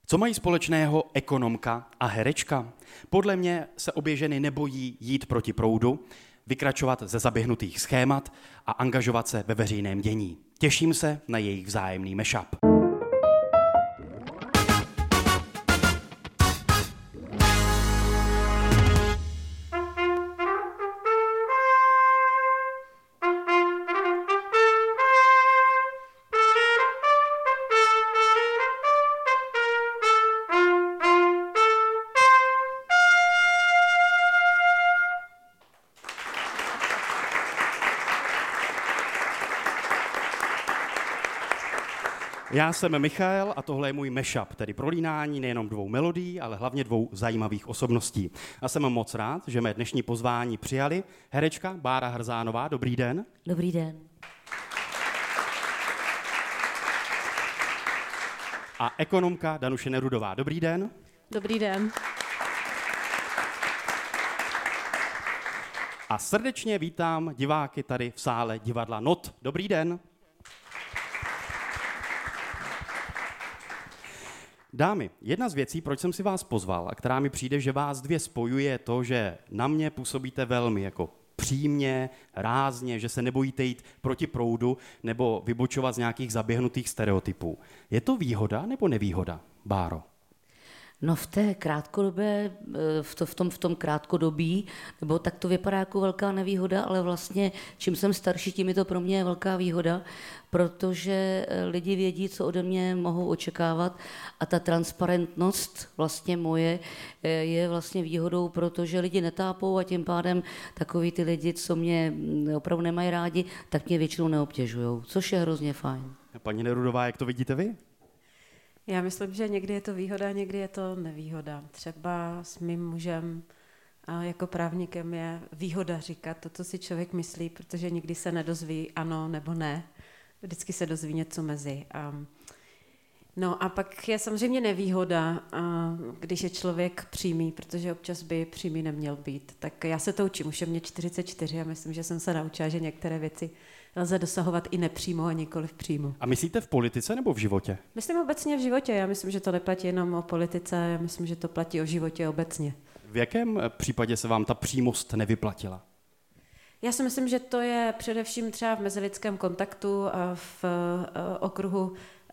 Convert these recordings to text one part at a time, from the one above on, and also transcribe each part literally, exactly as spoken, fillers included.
Co mají společného ekonomka a herečka? Podle mě se obě ženy nebojí jít proti proudu, vykračovat ze zaběhnutých schémat a angažovat se ve veřejném dění. Těším se na jejich vzájemný mashup. Já jsem Michael a tohle je můj mashup, tedy prolínání nejenom dvou melodií, ale hlavně dvou zajímavých osobností. A jsem moc rád, že mé dnešní pozvání přijali herečka Bára Hrzánová. Dobrý den. Dobrý den. A ekonomka Danuše Nerudová. Dobrý den. Dobrý den. A srdečně vítám diváky tady v sále divadla N O T. Dobrý den. Dámy, jedna z věcí, proč jsem si vás pozval a která mi přijde, že vás dvě spojuje, je to, že na mě působíte velmi jako přímě, rázně, že se nebojíte jít proti proudu nebo vybočovat z nějakých zaběhnutých stereotypů. Je to výhoda nebo nevýhoda, Báro? No v té krátkodobé, v, to, v, tom, v tom krátkodobí, nebo tak to vypadá jako velká nevýhoda, ale vlastně čím jsem starší, tím je to pro mě velká výhoda, protože lidi vědí, co ode mě mohou očekávat a ta transparentnost vlastně moje je vlastně výhodou, protože lidi netápou a tím pádem takový ty lidi, co mě opravdu nemají rádi, tak mě většinou neobtěžujou, což je hrozně fajn. Paní Nerudová, jak to vidíte vy? Já myslím, že někdy je to výhoda, někdy je to nevýhoda. Třeba s mým mužem a jako právníkem je výhoda říkat to, co si člověk myslí, protože nikdy se nedozví ano nebo ne. Vždycky se dozví něco mezi. No a pak je samozřejmě nevýhoda, když je člověk přímý, protože občas by přímý neměl být. Tak já se to učím, už je mě čtyřicet čtyři a myslím, že jsem se naučila, že některé věci lze dosahovat i nepřímo a nikoli přímo. A myslíte v politice nebo v životě? Myslím obecně v životě. Já myslím, že to neplatí jenom o politice, já myslím, že to platí o životě obecně. V jakém případě se vám ta přímost nevyplatila? Já si myslím, že to je především třeba v mezilidském kontaktu a v okruhu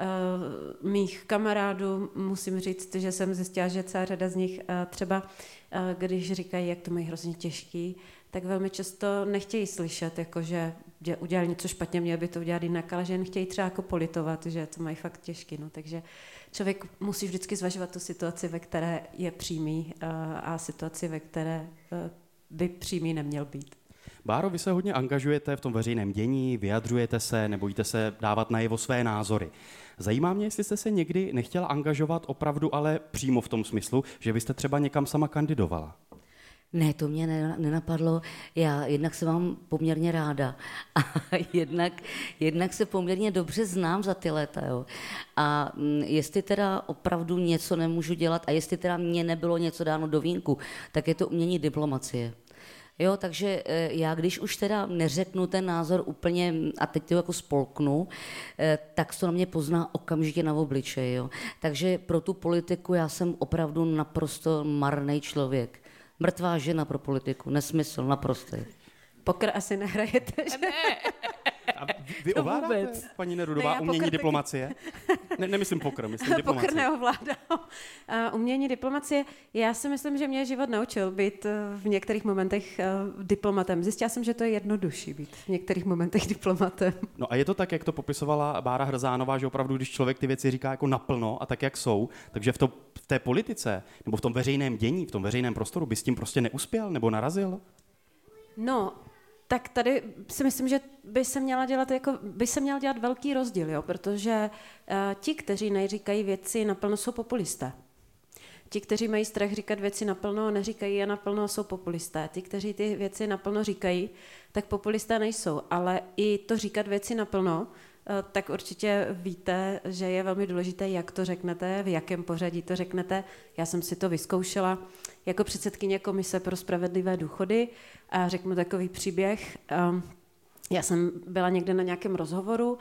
mých kamarádů. Musím říct, že jsem zjistila, že celá řada z nich třeba, když říkají, jak to mají hrozně těžký, tak velmi často nechtějí slyšet, jako že udělali něco špatně, měl by to udělat jinak, ale že jen chtějí třeba jako politovat, že to mají fakt těžký. No. Takže člověk musí vždycky zvažovat tu situaci, ve které je přímý a situaci, ve které by přímý neměl být. Báro, vy se hodně angažujete v tom veřejném dění, vyjadřujete se, nebojíte se dávat najevo své názory. Zajímá mě, jestli jste se někdy nechtěla angažovat opravdu, ale přímo v tom smyslu, že byste třeba někam sama kandidovala. Ne, to mě nenapadlo. Já jednak se mám poměrně ráda a jednak, jednak se poměrně dobře znám za ty léta. Jo. A jestli teda opravdu něco nemůžu dělat a jestli teda mě nebylo něco dáno do vínku, tak je to umění diplomacie. Jo, takže já když už teda neřeknu ten názor úplně a teď to jako spolknu, tak to na mě pozná okamžitě na obličeji. Jo. Takže pro tu politiku já jsem opravdu naprosto marný člověk. Mrtvá žena pro politiku, nesmysl, naprostý. Pokr asi nehrajete, že? Ne. A vy ovládáte, paní Nerudová, ne, umění pokr diplomacie? Ne, nemyslím pokr, myslím diplomacie. Pokr neovládám. Uh, umění diplomacie, já si myslím, že mě život naučil být v některých momentech uh, diplomatem. Zjistila jsem, že to je jednodušší být v některých momentech diplomatem. No a je to tak, jak to popisovala Bára Hrzánová, že opravdu, když člověk ty věci říká jako naplno a tak, jak jsou, takže v, to, v té politice nebo v tom veřejném dění, v tom veřejném prostoru by s tím prostě neuspěl nebo narazil? No, tak tady si myslím, že by se měla dělat jako by se měl dělat velký rozdíl, jo, protože uh, ti, kteří neříkají věci naplno, jsou populisté. Ti, kteří mají strach říkat věci naplno, neříkají je naplno, jsou populisté. Ti, kteří ty věci naplno říkají, tak populisté nejsou. Ale i to říkat věci naplno, uh, tak určitě víte, že je velmi důležité, jak to řeknete, v jakém pořadí to řeknete. Já jsem si to vyzkoušela jako předsedkyně Komise pro spravedlivé důchody a řeknu takový příběh. Um, Já jsem byla někde na nějakém rozhovoru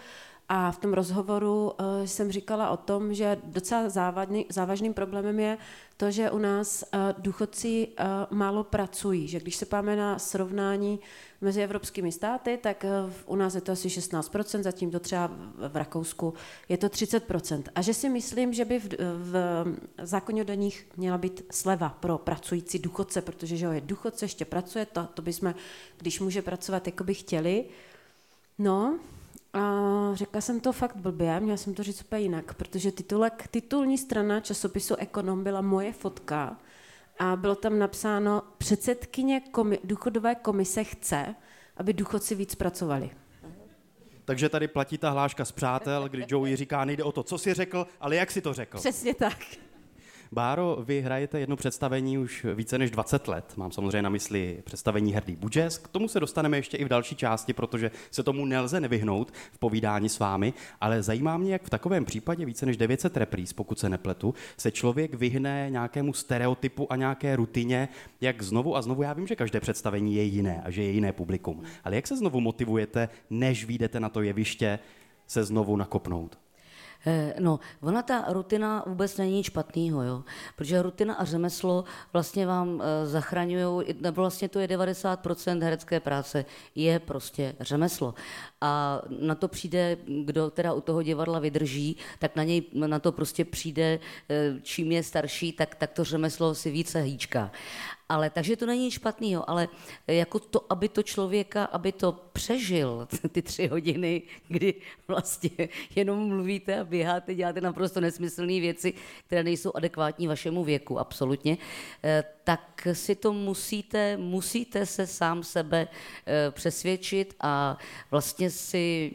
A v tom rozhovoru uh, jsem říkala o tom, že docela závadný, závažným problémem je to, že u nás uh, důchodci uh, málo pracují. Že když se páme na srovnání mezi evropskými státy, tak uh, u nás je to asi šestnáct procent, zatímco třeba v, v Rakousku je to třicet procent. A že si myslím, že by v, v zákoně o daních měla být sleva pro pracující důchodce, protože že jo, je důchodce, ještě pracuje, to, to bychom, když může pracovat, jako by chtěli. No, a řekla jsem to fakt blbě, měla jsem to říct úplně jinak, protože titulek, titulní strana časopisu Ekonom byla moje fotka a bylo tam napsáno: předsedkyně komi- důchodové komise chce, aby důchodci víc pracovali. Takže tady platí ta hláška z Přátel, kdy Joey říká, nejde o to, co jsi řekl, ale jak jsi to řekl. Přesně tak. Báro, vy hrajete jedno představení už více než dvacet let. Mám samozřejmě na mysli představení Hrdý Budžes. K tomu se dostaneme ještě i v další části, protože se tomu nelze nevyhnout v povídání s vámi, ale zajímá mě, jak v takovém případě více než devět set repríz, pokud se nepletu, se člověk vyhne nějakému stereotypu a nějaké rutině, jak znovu a znovu, já vím, že každé představení je jiné a že je jiné publikum, ale jak se znovu motivujete, než vyjdete na to jeviště, se znovu nakopnout? No, ona ta rutina vůbec není nic špatného, jo? Protože rutina a řemeslo vlastně vám e, zachraňují, nebo vlastně to je devadesát procent herecké práce, je prostě řemeslo. A na to přijde, kdo teda u toho divadla vydrží, tak na něj na to prostě přijde, e, čím je starší, tak, tak to řemeslo si více hýčká. Ale takže to není nic špatného, ale jako to, aby to člověka, aby to přežil ty tři hodiny, kdy vlastně jenom mluvíte a běháte, děláte naprosto nesmyslné věci, které nejsou adekvátní vašemu věku, absolutně, tak si to musíte, musíte se sám sebe přesvědčit a vlastně si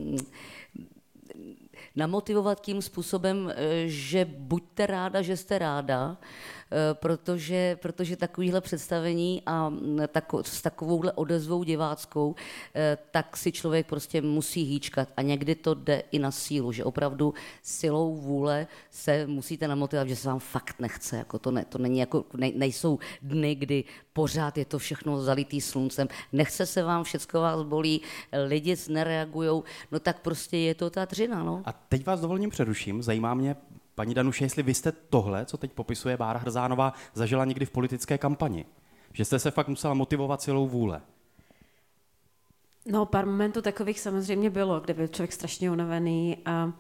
namotivovat tím způsobem, že buďte ráda, že jste ráda, protože, protože takovýhle představení a tako, s takovouhle odezvou diváckou, tak si člověk prostě musí hýčkat a někdy to jde i na sílu, že opravdu silou vůle se musíte namotivovat, že se vám fakt nechce, jako to, ne, to není jako, ne, nejsou dny, kdy pořád je to všechno zalitý sluncem, nechce se vám, všecko vás bolí, lidi nereagujou, no tak prostě je to ta dřina, no. A teď vás dovolím přeruším, zajímá mě, paní Danuše, jestli vy jste tohle, co teď popisuje Bára Hrzánová, zažila někdy v politické kampani? Že jste se fakt musela motivovat silou vůle? No, pár momentů takových samozřejmě bylo, kde byl člověk strašně unavený, a,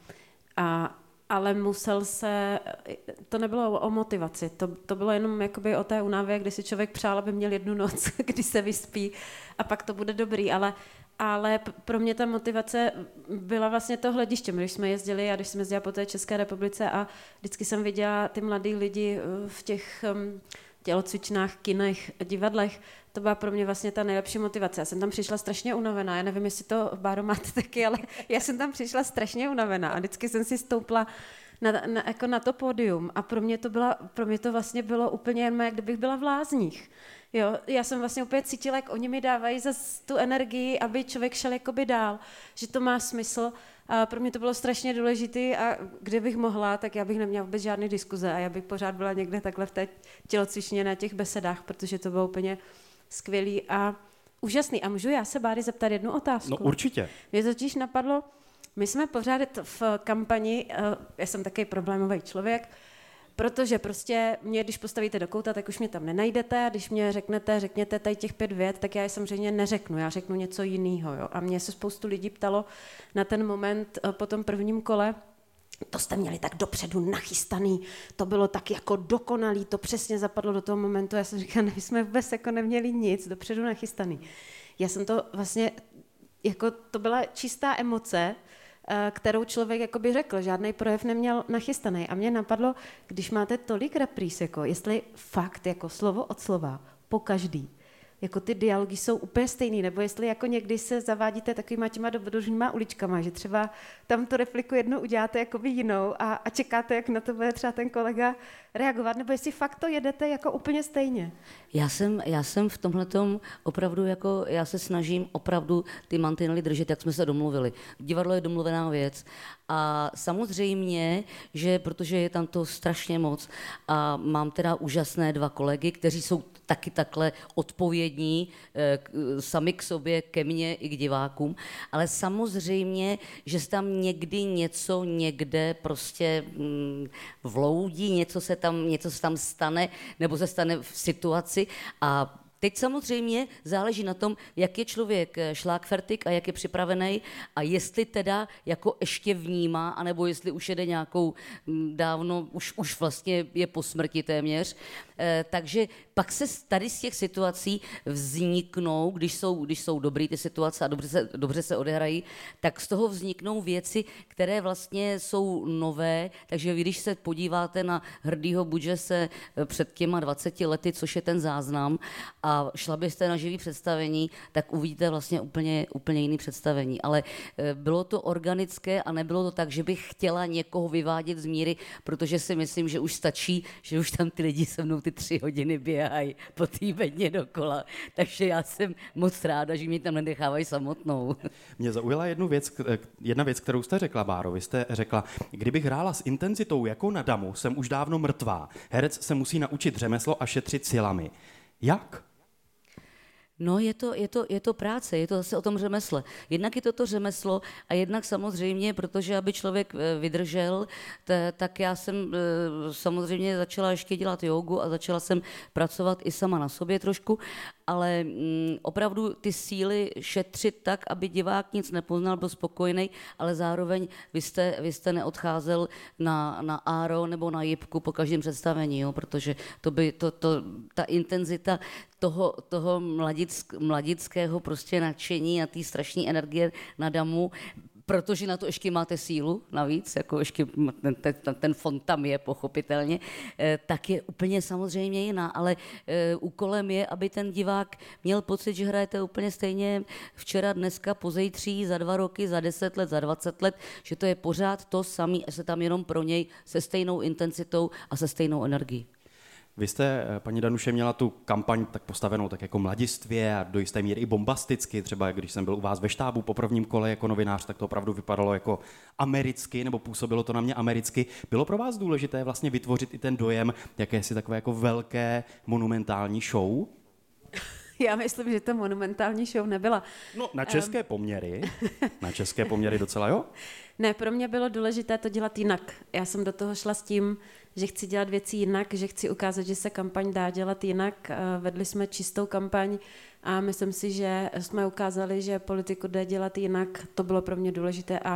a, ale musel se, to nebylo o motivaci, to, to bylo jenom jakoby o té únavě, kdy si člověk přál, aby měl jednu noc, kdy se vyspí a pak to bude dobrý, ale Ale pro mě ta motivace byla vlastně to hlediště. Když jsme jezdili a když jsme jezdili po té České republice a vždycky jsem viděla ty mladý lidi v těch tělocvičnách, kinech, divadlech, to byla pro mě vlastně ta nejlepší motivace. Já jsem tam přišla strašně unavená, já nevím, jestli to, Báro, máte taky, ale já jsem tam přišla strašně unavená a vždycky jsem si stoupla na, na, jako na to pódium a pro mě to, byla, pro mě to vlastně bylo úplně jen, jak kdybych byla v lázních. Jo, já jsem vlastně úplně cítila, jak oni mi dávají za tu energii, aby člověk šel jakoby dál, že to má smysl. A pro mě to bylo strašně důležité a kdybych mohla, tak já bych neměla vůbec žádný diskuze a já bych pořád byla někde takhle v té tělocvičně na těch besedách, protože to bylo úplně skvělý a úžasný. A můžu já se, Báry, zeptat jednu otázku? No určitě. Mě totiž napadlo, my jsme pořád v kampani, já jsem takový problémový člověk, protože prostě mě, když postavíte do kouta, tak už mě tam nenajdete a když mě řeknete, řekněte tady těch pět vět, tak já je samozřejmě neřeknu, já řeknu něco jiného. Jo? A mě se spoustu lidí ptalo na ten moment po tom prvním kole, to jste měli tak dopředu nachystaný, to bylo tak jako dokonalý, to přesně zapadlo do toho momentu, já jsem říkala, ne, my jsme vůbec jako neměli nic dopředu nachystaný. Já jsem to vlastně, jako to byla čistá emoce, kterou člověk jakoby řekl, žádný projev neměl nachystaný. A mě napadlo, když máte tolik repríz, jako jestli fakt jako slovo od slova, po každý, jako ty dialogy jsou úplně stejný, nebo jestli jako někdy se zavádíte takovýma těma dobrodružnýma uličkama, že třeba tam tu repliku jednou uděláte jakoby jinou a, a čekáte, jak na to bude třeba ten kolega reagovat, nebo jestli fakt to jedete jako úplně stejně. Já jsem, já jsem v tomhletom opravdu jako, já se snažím opravdu ty mantinely držet, jak jsme se domluvili. Divadlo je domluvená věc a samozřejmě, že protože je tam to strašně moc a mám teda úžasné dva kolegy, kteří jsou taky takhle odpovědní zodpovědní sami k sobě, ke mně i k divákům, ale samozřejmě, že se tam někdy něco někde prostě vloudí, něco se tam, něco se tam stane, nebo se stane v situaci a teď samozřejmě záleží na tom, jak je člověk šlákfertik a jak je připravený a jestli teda jako ještě vnímá, anebo jestli už jede nějakou dávno, už, už vlastně je po smrti téměř. E, takže pak se tady z těch situací vzniknou, když jsou, když jsou dobrý ty situace a dobře se, dobře se odehrají, tak z toho vzniknou věci, které vlastně jsou nové, takže vy, když se podíváte na Hrdýho Budžese před těma dvaceti lety, což je ten záznam, a a šla byste na živý představení, tak uvidíte vlastně úplně, úplně jiný představení. Ale bylo to organické a nebylo to tak, že bych chtěla někoho vyvádět z míry, protože si myslím, že už stačí, že už tam ty lidi se mnou ty tři hodiny běhají po té bedně dokola. Takže já jsem moc ráda, že mě tam nenechávají samotnou. Mě zaujala jednu věc, jedna věc, kterou jste řekla, Báro. Vy jste řekla, kdybych hrála s intenzitou jako na damu, jsem už dávno mrtvá. Herec se musí naučit řemeslo a šetřit silami. Jak? No je to, je, to, je to práce, je to zase o tom řemesle. Jednak je to to řemeslo a jednak samozřejmě, protože aby člověk vydržel, t- tak já jsem samozřejmě začala ještě dělat jogu a začala jsem pracovat i sama na sobě trošku, ale mm, opravdu ty síly šetřit tak, aby divák nic nepoznal, byl spokojený, ale zároveň vy jste, vy jste neodcházel na, na áro nebo na jipku po každém představení, jo, protože to by, to, to, ta intenzita toho, toho mladick, mladického prostě nadšení a té strašné energie na damu, protože na to ještě máte sílu navíc, jako ještě ten, ten, ten fond tam je pochopitelně, tak je úplně samozřejmě jiná, ale úkolem je, aby ten divák měl pocit, že hrajete úplně stejně včera, dneska, pozejtří, za dva roky, za deset let, za dvacet let, že to je pořád to samé, se tam jenom pro něj se stejnou intenzitou a se stejnou energií. Vy jste, paní Danuše, měla tu kampaň tak postavenou tak jako mladistvě a do jisté míry i bombasticky. Třeba když jsem byl u vás ve štábu po prvním kole jako novinář, tak to opravdu vypadalo jako americky, nebo působilo to na mě americky. Bylo pro vás důležité vlastně vytvořit i ten dojem jakési takové jako velké monumentální show? Já myslím, že to monumentální show nebyla. No, na české um... poměry. Na české poměry docela, jo? Ne, pro mě bylo důležité to dělat jinak. Já jsem do toho šla s tím, že chci dělat věci jinak, že chci ukázat, že se kampaň dá dělat jinak. Vedli jsme čistou kampaň a myslím si, že jsme ukázali, že politiku jde dělat jinak. To bylo pro mě důležité a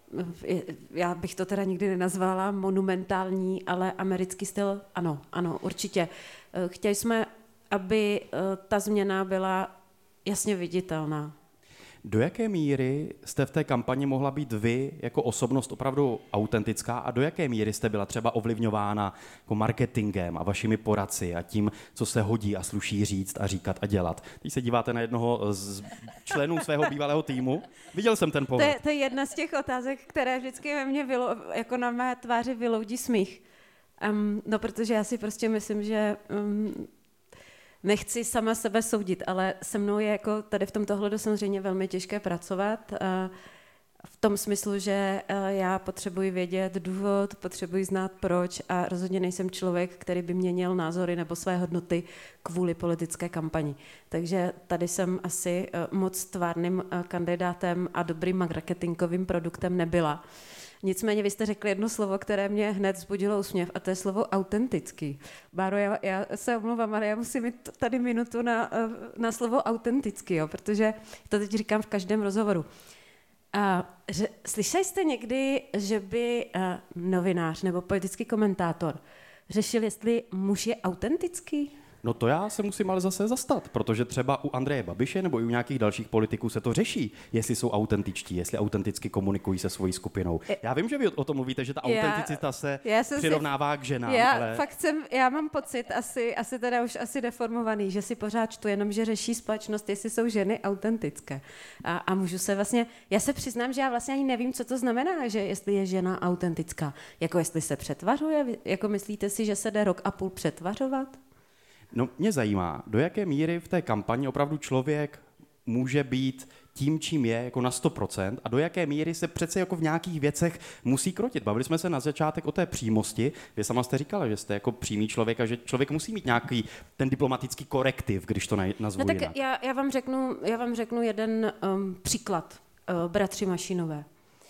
já bych to teda nikdy nenazvala monumentální, ale americký styl, ano, ano, určitě. Chtěli jsme, aby ta změna byla jasně viditelná. Do jaké míry jste v té kampani mohla být vy jako osobnost opravdu autentická a do jaké míry jste byla třeba ovlivňována jako marketingem a vašimi poradci a tím, co se hodí a sluší říct a říkat a dělat? Teď se díváte na jednoho z členů svého bývalého týmu. Viděl jsem ten pohled. To je, to je jedna z těch otázek, které vždycky ve mně vylo, jako na mé tváři vyloudí smích. Um, no, protože já si prostě myslím, že... Um, Nechci sama sebe soudit, ale se mnou je jako tady v tomto hledu samozřejmě velmi těžké pracovat. V tom smyslu, že já potřebuji vědět důvod, potřebuji znát proč a rozhodně nejsem člověk, který by měnil názory nebo své hodnoty kvůli politické kampani. Takže tady jsem asi moc tvárným kandidátem a dobrým marketingovým produktem nebyla. Nicméně vy jste řekli jedno slovo, které mě hned vzbudilo úsměv, a to je slovo autentický. Báro, já, já se omlouvám, ale já musím mít tady minutu na, na slovo autentický, jo, protože to teď říkám v každém rozhovoru. A, že, slyšeli jste někdy, že by a, novinář nebo politický komentátor řešil, jestli muž je autentický? No to já se musím ale zase zastat, protože třeba u Andreje Babiše nebo i u nějakých dalších politiků se to řeší, jestli jsou autentičtí, jestli autenticky komunikují se svojí skupinou. Já vím, že vy o tom mluvíte, že ta já, autenticita se přirovnává k ženám. Já, ale... fakt jsem, já mám pocit, asi, asi teda už asi deformovaný, že si pořád čtu, jenom že řeší společnost, jestli jsou ženy autentické. A, a můžu se vlastně, já se přiznám, že já vlastně ani nevím, co to znamená, že jestli je žena autentická. Jako jestli se přetvařuje, jako myslíte si, že se jde rok a půl přetvařovat? No, mě zajímá, do jaké míry v té kampani opravdu člověk může být tím, čím je, jako na sto procent a do jaké míry se přece jako v nějakých věcech musí krotit. Bavili jsme se na začátek o té přímosti. Vy sama jste říkala, že jste jako přímý člověk a že člověk musí mít nějaký ten diplomatický korektiv, když to nazvu no, tak jinak. Já, já, vám řeknu, já vám řeknu jeden um, příklad. Uh, bratři Mašínové.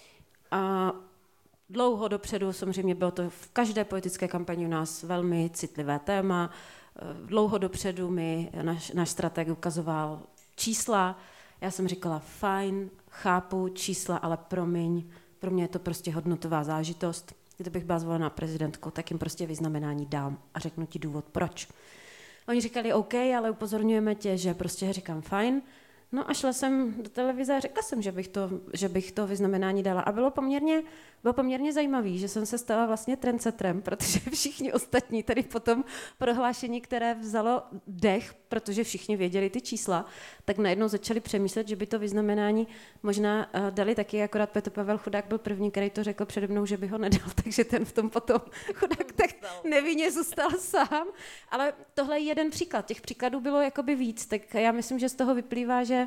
A dlouho dopředu, samozřejmě bylo to v každé politické kampani u nás velmi citlivé téma. Dlouho dopředu mi náš, náš strateg ukazoval čísla. Já jsem říkala, fajn, chápu čísla, ale promiň, pro mě je to prostě hodnotová zážitost. Kdybych byla zvolená prezidentkou, tak jim prostě vyznamenání dám a řeknu ti důvod, proč. Oni říkali, OK, ale upozorňujeme tě, že prostě říkám, fajn. No a šla jsem do televize a řekla jsem, že bych to, že bych to vyznamenání dala. A bylo poměrně, bylo poměrně zajímavý, že jsem se stala vlastně trendsetrem, protože všichni ostatní tady potom prohlášení, které vzalo dech, protože všichni věděli ty čísla, tak najednou začali přemýšlet, že by to vyznamenání možná uh, dali taky, akorát Petr Pavel Chudák byl první, který to řekl přede mnou, že by ho nedal, takže ten v tom potom Chudák tak nevinně zůstal sám. Ale tohle je jeden příklad. Těch příkladů bylo jakoby víc, tak já myslím, že z toho vyplývá, že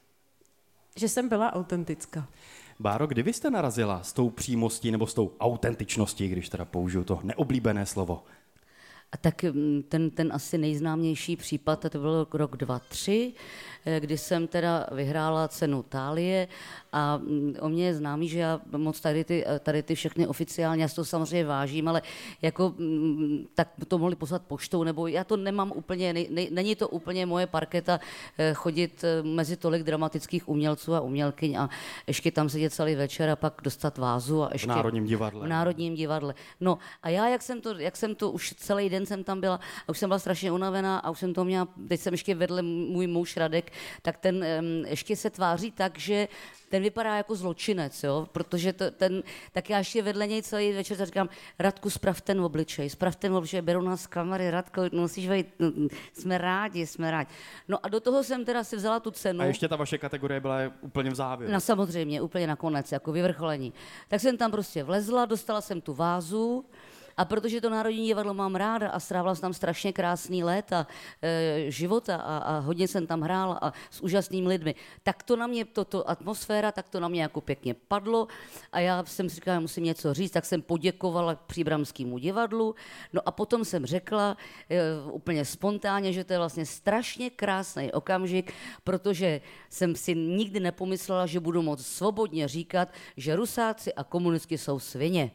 že jsem byla autentická. Báro, kdy vy jste narazila s tou přímostí nebo s tou autentičností, když teda použiju to neoblíbené slovo? A tak ten, ten asi nejznámější případ, to byl rok dva tři, kdy jsem teda vyhrála cenu Thálie a o mě je známý, že já moc tady ty, tady ty všechny oficiálně, já si to samozřejmě vážím, ale jako tak to mohli poslat poštou, nebo já to nemám úplně, ne, ne, není to úplně moje parketa chodit mezi tolik dramatických umělců a umělkyň a ještě tam sedět celý večer a pak dostat vázu. A ještě v Národním divadle. V Národním divadle. No a já, jak jsem to, jak jsem to už celý den jsem tam byla a už jsem byla strašně unavená a už jsem to měla, teď jsem ještě vedle můj muž Radek, tak ten um, ještě se tváří tak, že ten vypadá jako zločinec, jo? Protože to, ten, tak já ještě vedle něj celý večer říkám, Radku, sprav ten obličej, sprav ten obličej, berou nás kamery, Radko, musíš vejít, no, jsme rádi, jsme rádi. No a do toho jsem teda si vzala tu cenu. A ještě ta vaše kategorie byla úplně v závěru. No samozřejmě, úplně nakonec, jako vyvrcholení. Tak jsem tam prostě vlezla, dostala jsem tu vázu. A protože to Národní divadlo mám ráda a strávila jsem tam strašně krásný léta e, života a, a hodně jsem tam hrála a s úžasnými lidmi, tak to na mě, toto atmosféra, tak to na mě jako pěkně padlo a já jsem si říkala, musím něco říct, tak jsem poděkovala Příbramskému divadlu, no a potom jsem řekla e, úplně spontánně, že to je vlastně strašně krásný okamžik, protože jsem si nikdy nepomyslela, že budu moct svobodně říkat, že Rusáci a komunisti jsou svině.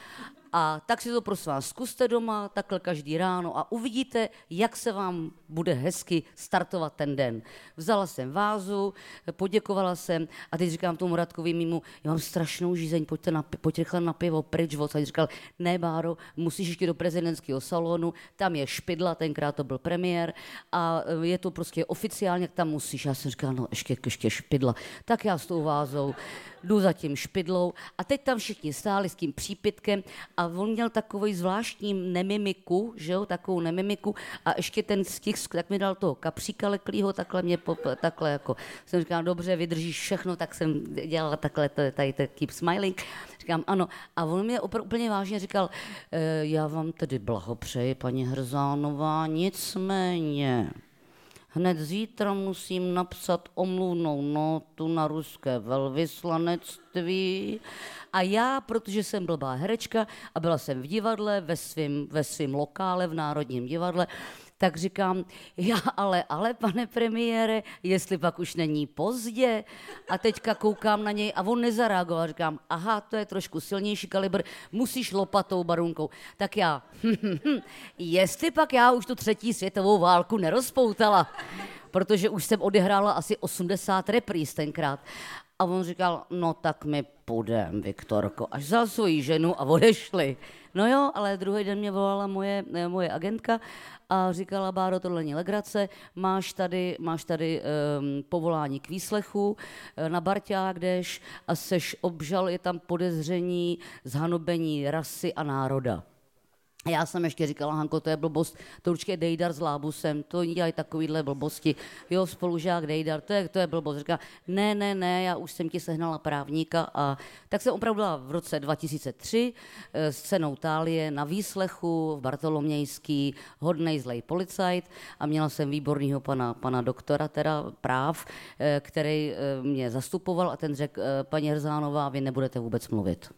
A tak si to prosím vás zkuste doma, takhle každý ráno a uvidíte, jak se vám bude hezky startovat ten den. Vzala jsem vázu, poděkovala jsem a teď říkám tomu Radkovi mimo, já mám strašnou žízeň, pojďte, na, pojď rychle na pivo, pryč od. A říkal, ne Báro, musíš ještě do prezidentského salonu, tam je Špidla, tenkrát to byl premiér a je to prostě oficiálně, tam musíš. Já jsem říkal, no ještě, ještě Špidla. Tak já s tou vázou jdu za tím Špidlou a teď tam všichni stáli s tím přípitkem a on měl takovou zvláštní nemimiku, že jo, takovou nemimiku a ještě ten stih, tak mi dal toho kapříka leklýho, takhle mě, pop, takhle jako, jsem říkala, dobře, vydržíš všechno, tak jsem dělala takhle, tady, tady keep smiling, říkám ano a on mě opr- úplně vážně říkal, e, já vám tedy blahopřeji, paní Hrzánová, nicméně hned zítra musím napsat omluvnou notu na ruské velvyslanectví. A já, protože jsem blbá herečka a byla jsem v divadle, ve svým, ve svým lokále v Národním divadle, tak říkám, já ale, ale pane premiére, jestli pak už není pozdě. A teďka koukám na něj a on nezareagoval. Říkám, aha, to je trošku silnější kalibr, musíš lopatou barunkou. Tak já, hm, hm, hm, jestli pak já už tu třetí světovou válku nerozpoutala, protože už jsem odehrála asi osmdesát repríz tenkrát. A on říkal, no tak my půjdem, Viktorko. Až vzal svoji ženu a odešli. No jo, ale druhý den mě volala moje, moje agentka a říkala, Báro, tohle není legrace, máš tady, máš tady um, povolání k výslechu, na Barťák jdeš a seš obžal, je tam podezření zhanobení rasy a národa. A já jsem ještě říkala, Hanko, to je blbost, to určitě Dejdar s Lábusem, to dělají takovýhle blbosti. Jo, spolužák Dejdar, to je, to je blbost. Říká, ne, ne, ne, já už jsem ti sehnala právníka. A tak jsem opravdu byla v roce dva tisíce tři s cenou Tálie na výslechu v Bartolomějský, hodnej zlej policajt a měla jsem výborného pana, pana doktora teda práv, který mě zastupoval a ten řekl, paní Hrzánová, vy nebudete vůbec mluvit.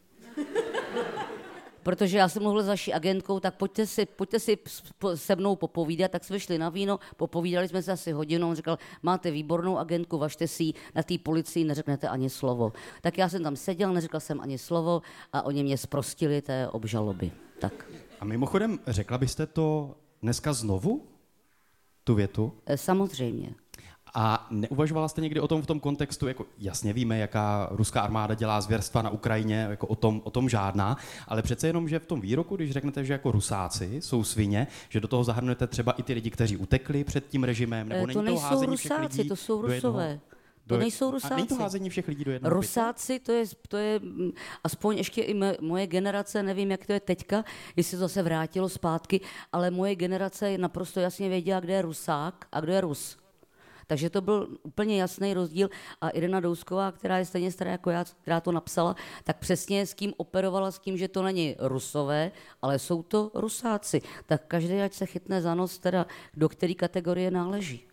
Protože já jsem mluvil s vaší agentkou, tak pojďte si, pojďte si se mnou popovídat, tak jsme šli na víno, popovídali jsme se asi hodinu, on říkal, máte výbornou agentku, važte si ji, na té policii neřeknete ani slovo. Tak já jsem tam seděl, neřekl jsem ani slovo a oni mě zprostili té obžaloby. Tak. A mimochodem, řekla byste to dneska znovu, tu větu? Samozřejmě. A neuvažovala jste někdy o tom v tom kontextu, jako jasně víme, jaká ruská armáda dělá zvěrstva na Ukrajině, jako o tom, o tom žádná, ale přece jenom, že v tom výroku, když řeknete, že jako Rusáci jsou svině, že do toho zahrnujete třeba i ty lidi, kteří utekli před tím režimem, nebo to není to nejsou házení Rusáci, všech lidí to jsou do Rusové. jednoho, To do, nejsou Rusáci. A není to házení všech lidí do jednoho Rusáci, to je, to je aspoň ještě i moje generace, nevím, jak to je teďka, jestli to zase vrátilo zpátky, ale moje generace naprosto jasně věděla, kde je Rusák a kdo je Rus. Takže to byl úplně jasný rozdíl a Irena Dousková, která je stejně stará jako já, která to napsala, tak přesně s kým operovala, s tím, že to není Rusové, ale jsou to Rusáci. Tak každý ať se chytne za nos, teda do které kategorie náleží.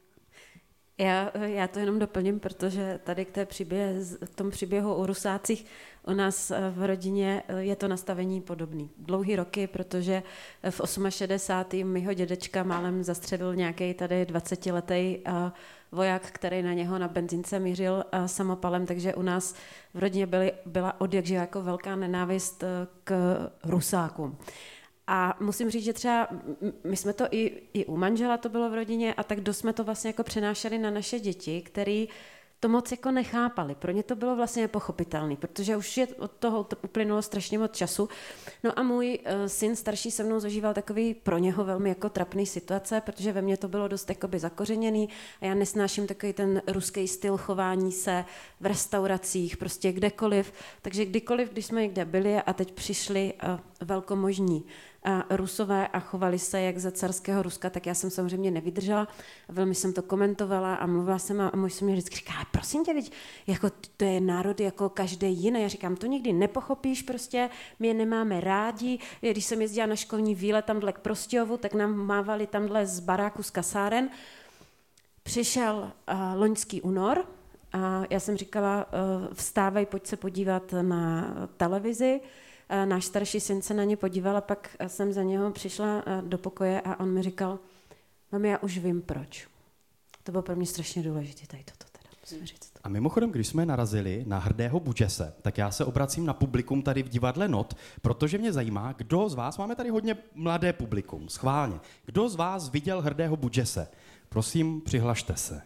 Já, já to jenom doplním, protože tady k, té příběh, k tomu příběhu o Rusácích u nás v rodině je to nastavení podobný. Dlouhý roky, protože v šedesátém osmém mýho dědečka málem zastřelil nějaký tady dvacetiletý voják, který na něho na benzínce mířil samopalem, takže u nás v rodině byly, byla odjakže jako velká nenávist k Rusákům. A musím říct, že třeba my jsme to i, i u manžela to bylo v rodině a tak dost jsme to vlastně jako přenášeli na naše děti, který to moc jako nechápali. Pro ně to bylo vlastně nepochopitelné, protože už je od toho uplynulo strašně moc času. No a můj uh, syn starší se mnou zažíval takový pro něho velmi jako trapný situace, protože ve mně to bylo dost jakoby zakořeněný a já nesnáším takový ten ruský styl chování se v restauracích, prostě kdekoliv. Takže kdykoliv, když jsme někde byli a teď přišli uh, velkomožní a Rusové a chovali se jak za carského Ruska, tak já jsem samozřejmě nevydržela. Velmi jsem to komentovala a mluvila jsem a můj se mě vždycky říká, prosím tě, teď, jako to je národ jako každý jiný. Já říkám, to nikdy nepochopíš prostě, my je nemáme rádi. Když jsem jezdila na školní výlet tamhle k Prostějovu, tak nám mávali tamhle z baráku z kasáren. Přišel uh, loňský únor a já jsem říkala, uh, vstávej, pojď se podívat na televizi. Náš starší syn se na ně podíval a pak jsem za něho přišla do pokoje a on mi říkal, mami, já už vím proč. To bylo pro mě strašně důležité tady toto teda, musím říct. A mimochodem, když jsme narazili na hrdého Budžese, tak já se obracím na publikum tady v divadle Not, protože mě zajímá, kdo z vás, máme tady hodně mladé publikum, schválně, kdo z vás viděl hrdého Budžese? Prosím, přihlašte se.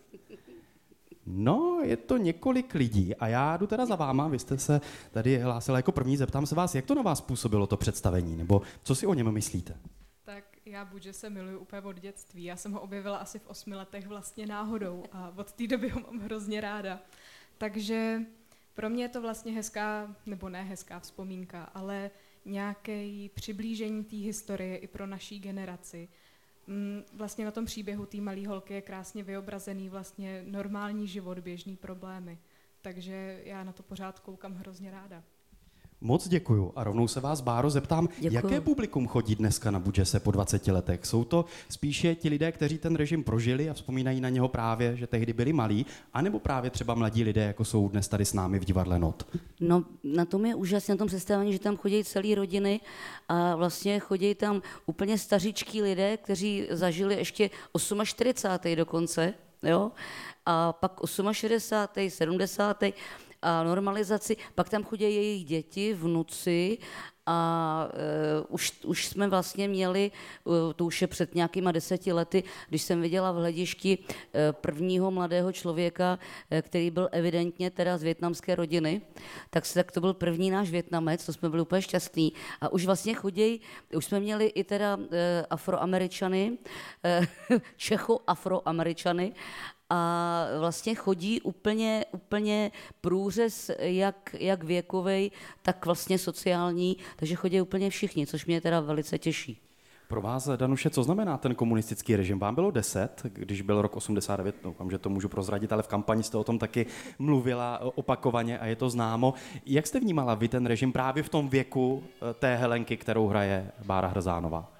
No, je to několik lidí a já jdu teda za váma, vy jste se tady hlásila jako první, zeptám se vás, jak to na vás působilo to představení, nebo co si o něm myslíte? Tak já Budžese miluju úplně od dětství, já jsem ho objevila asi v osmi letech vlastně náhodou a od té doby ho mám hrozně ráda. Takže pro mě je to vlastně hezká, nebo ne hezká vzpomínka, ale nějaké přiblížení té historie i pro naší generaci. Vlastně na tom příběhu té malé holky je krásně vyobrazený vlastně normální život, běžný problémy. Takže já na to pořád koukám hrozně ráda. Moc děkuju a rovnou se vás, Báro, zeptám, děkuju. Jaké publikum chodí dneska na Budžese po dvaceti letech? Jsou to spíše ti lidé, kteří ten režim prožili a vzpomínají na něho právě, že tehdy byli malí, anebo právě třeba mladí lidé, jako jsou dnes tady s námi v divadle Not? No, na tom je úžasně na tom představení, že tam chodí celé rodiny a vlastně chodí tam úplně stařičký lidé, kteří zažili ještě čtyřicátém osmém dokonce, jo? A pak šedesátém osmém sedmdesátém a normalizaci, pak tam chodí jejich děti, vnuci a uh, už, už jsme vlastně měli, uh, to už je před nějakýma deseti lety, když jsem viděla v hledišti uh, prvního mladého člověka, uh, který byl evidentně teda z vietnamské rodiny, tak, se, tak to byl první náš Vietnamec, to jsme byli úplně šťastní a už vlastně chodí, už jsme měli i teda uh, Afroameričany, uh, Čecho-Afroameričany a vlastně chodí úplně, úplně průřez jak, jak věkovej, tak vlastně sociální, takže chodí úplně všichni, což mě teda velice těší. Pro vás, Danuše, co znamená ten komunistický režim? Vám bylo deset, když byl rok osmdesát devět, doufám, že to můžu prozradit, ale v kampani jste o tom taky mluvila opakovaně a je to známo. Jak jste vnímala vy ten režim právě v tom věku té Helenky, kterou hraje Bára Hrzánová?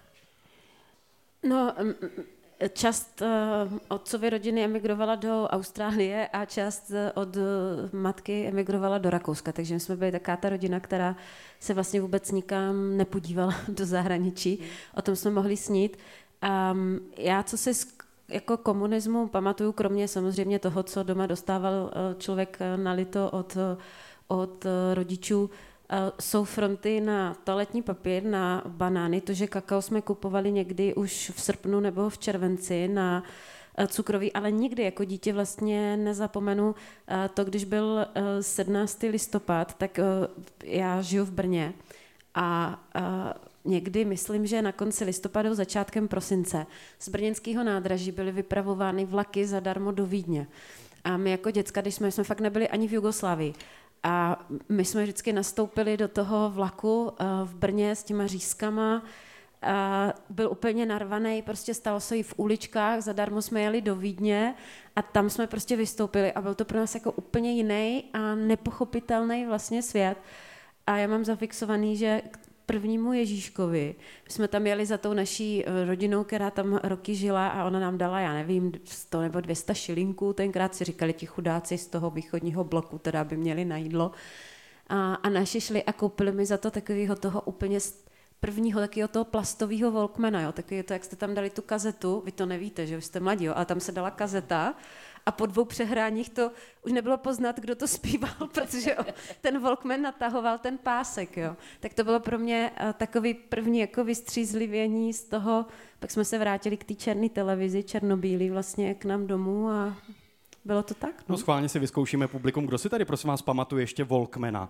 No, část uh, otcovy rodiny emigrovala do Austrálie a část od uh, matky emigrovala do Rakouska, takže my jsme byli taková ta rodina, která se vlastně vůbec nikam nepodívala do zahraničí. O tom jsme mohli snít. Um, já, co si z, jako komunismu pamatuju, kromě samozřejmě toho, co doma dostával uh, člověk nalito od, od uh, rodičů, jsou fronty na toaletní papír, na banány, to, že kakao jsme kupovali někdy už v srpnu nebo v červenci na cukroví, ale nikdy jako dítě vlastně nezapomenu to, když byl sedmnáctého listopad, tak já žiju v Brně a někdy, myslím, že na konci listopadu, začátkem prosince, z brněnského nádraží byly vypravovány vlaky zadarmo do Vídně. A my jako děcka, když jsme, jsme fakt nebyli ani v Jugoslávii, a my jsme vždycky nastoupili do toho vlaku v Brně s těma řízkama. A byl úplně narvaný, prostě stalo se jí v uličkách, zadarmo jsme jeli do Vídně a tam jsme prostě vystoupili a byl to pro nás jako úplně jiný a nepochopitelný vlastně svět. A já mám zafixovaný, že prvnímu Ježíškovi jsme tam jeli za tou naší rodinou, která tam roky žila a ona nám dala, já nevím, sto nebo dvě stě šilinků, tenkrát si říkali ti chudáci z toho východního bloku, teda by měli na jídlo. A, a naši šli a koupili mi za to takového toho úplně prvního takového toho plastového Walkmana, jo, takový to, jak jste tam dali tu kazetu, vy to nevíte, že už jste mladí, jo, ale tam se dala kazeta a po dvou přehráních to už nebylo poznat, kdo to zpíval, protože ten Walkman natahoval ten pásek, jo. Tak to bylo pro mě takový první jako vystřízlivění z toho, pak jsme se vrátili k té černé televizi, černobílý vlastně k nám domů a bylo to tak. No, no schválně si vyzkoušíme publikum. Kdo si tady, prosím vás, pamatuje ještě Walkmana?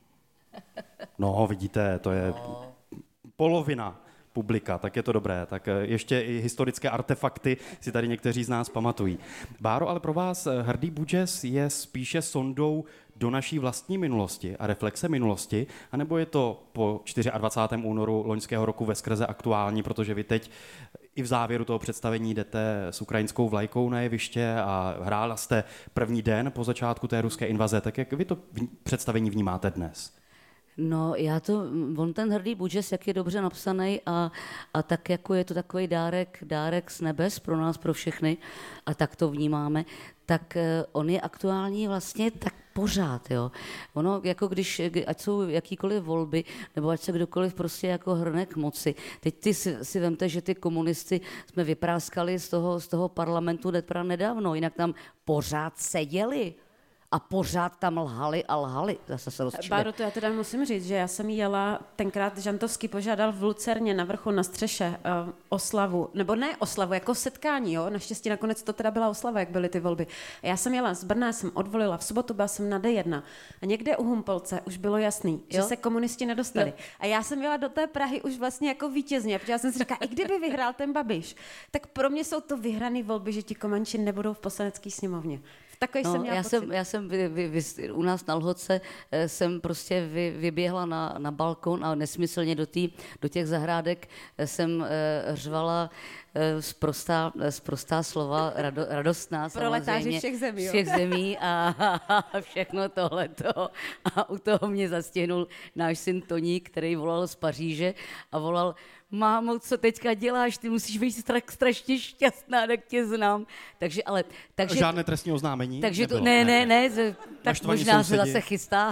No, vidíte, to je polovina publika, tak je to dobré. Tak ještě i historické artefakty si tady někteří z nás pamatují. Báro, ale pro vás Hrdý Budžes je spíše sondou do naší vlastní minulosti a reflexe minulosti, anebo je to po dvacátého čtvrtého únoru loňského roku veskrze aktuální, protože vy teď i v závěru toho představení jdete s ukrajinskou vlajkou na jeviště a hrála jste první den po začátku té ruské invaze. Tak jak vy to představení vnímáte dnes? No, já to, on ten Hrdý Budžes, jak je dobře napsaný a, a tak jako je to takový dárek, dárek z nebes pro nás, pro všechny a tak to vnímáme, tak on je aktuální vlastně tak pořád, jo. Ono, jako když, ať jsou jakýkoliv volby, nebo ať se kdokoliv prostě jako hrne k moci. Teď ty si, si vemte, že ty komunisty jsme vypráskali z toho, z toho parlamentu nedávno, jinak tam pořád seděli. A pořád tam lhali a lhali. Zase se rozčili. Báro, to já teda musím říct, že já jsem jela, tenkrát Žantovský požádal v Lucerně na vrchu na střeše uh, oslavu, nebo ne oslavu, jako setkání, jo, naštěstí nakonec to teda byla oslava, jak byly ty volby. A já jsem jela z Brna, jsem odvolila, v sobotu byla jsem na D jedna a někde u Humpolce už bylo jasný, jo? Že se komunisti nedostali. Jo. A já jsem jela do té Prahy už vlastně jako vítězně, protože já jsem si říkala, i kdyby vyhrál ten Babiš, tak pro mě jsou to vyhrané volby, že ti Komanči nebudou v poslanecké sněmovně. Takový no, jsem měla já pocit. jsem, já jsem vy, vy, vy, u nás na Lhoce jsem prostě vy, vyběhla na, na balkon a nesmyslně do, tý, do těch zahrádek jsem uh, řvala uh, sprostá, sprostá slova, rado, radostná Proletáři všech zemí. Jo. Všech zemí a, a všechno tohleto. A u toho mě zastihnul náš syn Toník, který volal z Paříže a volal: mámo, co teďka děláš, ty musíš být stra, strašně šťastná, tak tě znám. Takže, ale, takže, žádné trestní oznámení takže nebylo? To, ne, ne, ne, ne tak možná se sousedi. zase chystá.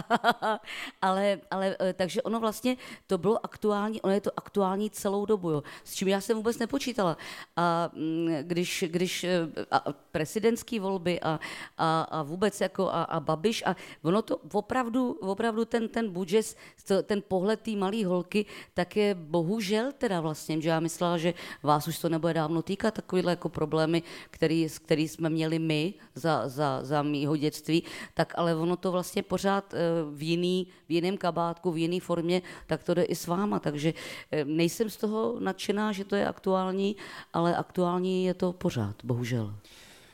ale, ale takže ono vlastně to bylo aktuální, ono je to aktuální celou dobu, jo, s čím já jsem vůbec nepočítala. A když, když a prezidentský volby a, a, a vůbec jako a, a Babiš a ono to opravdu, opravdu ten, ten Budžes, ten pohled té malé holky, tak je bohužel teda vlastně, že já myslela, že vás už to nebude dávno týkat, takovýhle jako problémy, který, který jsme měli my za, za, za mýho dětství, tak ale ono to vlastně pořád v, jiný, v jiném kabátku, v jiné formě, tak to jde i s váma, takže nejsem z toho nadšená, že to je aktuální, ale aktuální je to pořád, bohužel.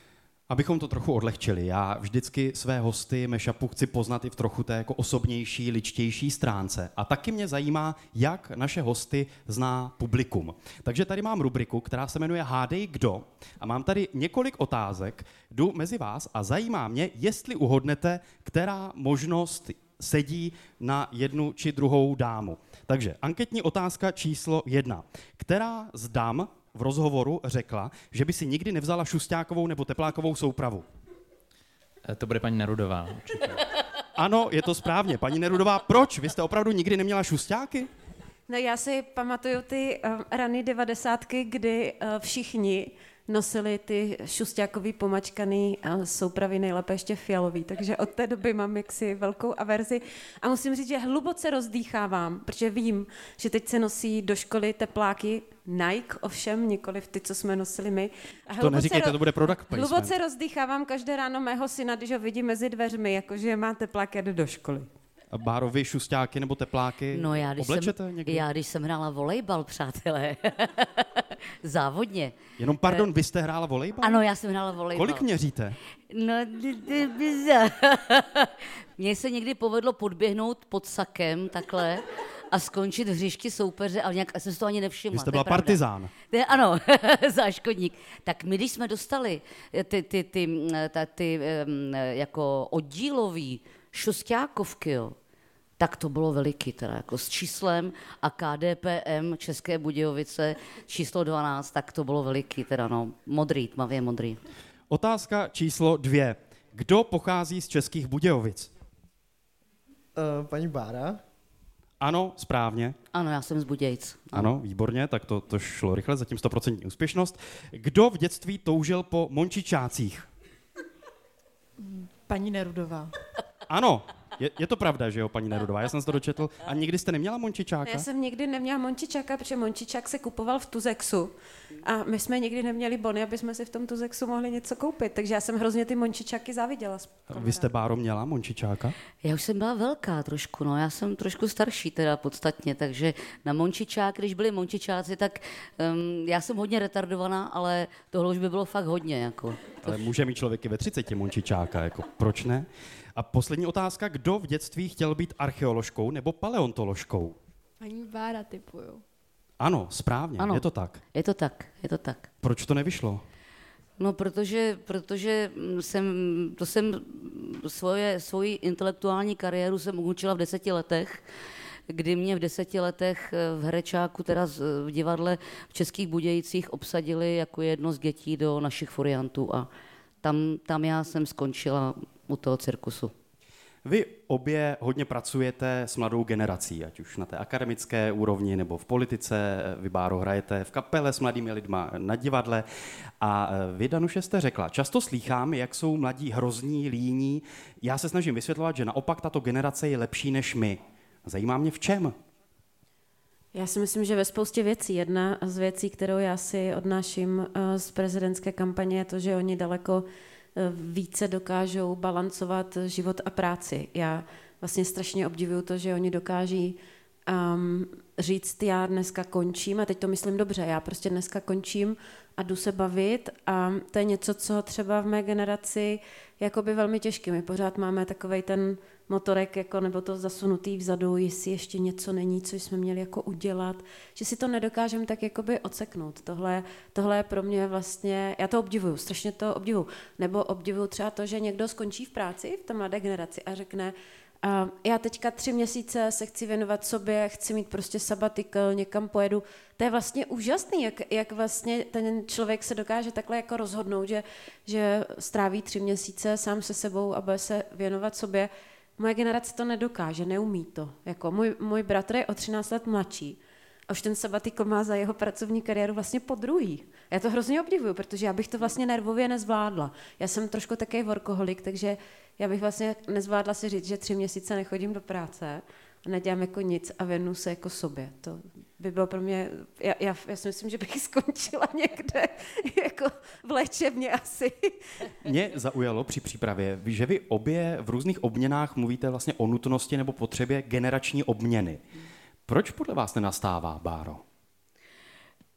Abychom to trochu odlehčili, já vždycky své hosty Mashupu chci poznat i v trochu té jako osobnější, ličtější stránce. A taky mě zajímá, jak naše hosty zná publikum. Takže tady mám rubriku, která se jmenuje Hádej kdo. A mám tady několik otázek, jdu mezi vás a zajímá mě, jestli uhodnete, která možnost sedí na jednu či druhou dámu. Takže anketní otázka číslo jedna. Která z dam v rozhovoru řekla, že by si nikdy nevzala šusťákovou nebo teplákovou soupravu? To bude paní Nerudová, určitě. Ano, je to správně. Paní Nerudová, proč? Vy jste opravdu nikdy neměla šusťáky? No já si pamatuju ty uh, rany devadesátky, kdy uh, všichni nosili ty šusťákový pomačkaný uh, soupravy, nejlépe ještě fialový, takže od té doby mám jaksi velkou averzi a musím říct, že hluboce rozdýchávám, protože vím, že teď se nosí do školy tepláky Nike, ovšem, nikoliv ty, co jsme nosili my. A to neříkejte, ro- to bude product placement. Hluboce rozdýchávám každé ráno mého syna, když ho vidím mezi dveřmi, jakože má tepláky a jde do školy. A Báro, vy šusťáky nebo tepláky No já když, oblečete jsem, někdy? já, když jsem hrála volejbal, přátelé, závodně. Jenom pardon, vy jste hrála volejbal? Ano, já jsem hrála volejbal. Kolik měříte? No, d- d- d- mně se někdy povedlo podběhnout pod sakem, takhle, a skončit v hřišti soupeře, ale nějak já jsem si to ani nevšimla. Vy jste to je byla pravda. partizán. Ne, ano, záškodník. Tak my, když jsme dostali ty, ty, ty, ta, ty um, jako oddílový šusťákovky, jo, tak to bylo veliký, teda jako s číslem a K D P M České Budějovice číslo dvanáct, tak to bylo veliký, teda no, modrý, tmavě modrý. Otázka číslo dvě. Kdo pochází z Českých Budějovic? Uh, paní Bára. Ano, správně. Ano, já jsem z Budějc. Ano, výborně, tak to, to šlo rychle, zatím sto procent úspěšnost. Kdo v dětství toužil po mončičácích? Paní Nerudová. Ano, je, je to pravda, že jo, paní Nerudová, já jsem se to dočetl. A nikdy jste neměla mončičáka? Já jsem nikdy neměla mončičáka, protože mončičák se kupoval v Tuzexu a my jsme nikdy neměli bony, aby jsme si v tom Tuzexu mohli něco koupit, takže já jsem hrozně ty mončičáky záviděla. Vy jste, Báro, měla mončičáka? Já už jsem byla velká trošku, no, já jsem trošku starší teda podstatně, takže na mončičák, když byli mončičáci, tak um, já jsem hodně retardovaná, ale tohle už by bylo fakt hodně, jako. Ale může mít člověk i ve třiceti mončičáka, jako proč ne? A poslední otázka, kdo v dětství chtěl být archeoložkou nebo paleontoložkou? Paní Bára typuju. Ano, správně, Ano. je to tak. Je to tak, je to tak. Proč to nevyšlo? No, protože, protože jsem, to jsem svoje, svoji intelektuální kariéru jsem ukončila v deseti letech, kdy mě v deseti letech v herečáku, teda v divadle v Českých Budějcích obsadili jako jedno z dětí do našich furiantů a tam, tam já jsem skončila u toho cirkusu. Vy obě hodně pracujete s mladou generací, ať už na té akademické úrovni nebo v politice. Vy, Báro, hrajete v kapele s mladými lidma na divadle. A vy, Danuše, jste řekla, často slýchám, jak jsou mladí hrozní, líní. Já se snažím vysvětlovat, že naopak tato generace je lepší než my. Zajímá mě v čem? Já si myslím, že ve spoustě věcí. Jedna z věcí, kterou já si odnáším z prezidentské kampaně, je to, že oni daleko více dokážou balancovat život a práci. Já vlastně strašně obdivuju to, že oni dokáží um, říct, já dneska končím, a teď to myslím dobře, já prostě dneska končím a jdu se bavit a to je něco, co třeba v mé generaci je jakoby velmi těžké. My pořád máme takovej ten motorek, jako, nebo to zasunutý vzadu, jestli ještě něco není, co jsme měli jako udělat, že si to nedokážeme tak jakoby odseknout. Tohle, tohle je pro mě vlastně, já to obdivuju, strašně to obdivuju. Nebo obdivuju třeba to, že někdo skončí v práci v té mladé generaci a řekne, uh, já teďka tři měsíce se chci věnovat sobě, chci mít prostě sabatikl, někam pojedu. To je vlastně úžasný, jak, jak vlastně ten člověk se dokáže takhle jako rozhodnout, že, že stráví tři měsíce sám se sebou a bude se věnovat sobě. Moje generace to nedokáže, neumí to. Jako můj, můj bratr je o třináct let mladší a už ten sabatikl má za jeho pracovní kariéru vlastně po druhý. Já to hrozně obdivuju, protože já bych to vlastně nervově nezvládla. Já jsem trošku takový workoholik, takže já bych vlastně nezvládla si říct, že tři měsíce nechodím do práce a nedělám jako nic a věnu se jako sobě. To by bylo pro mě, já, já, já si myslím, že bych skončila někde jako v léčebně asi. Mě zaujalo při přípravě, že vy obě v různých obměnách mluvíte vlastně o nutnosti nebo potřebě generační obměny. Proč podle vás nenastává, Báro?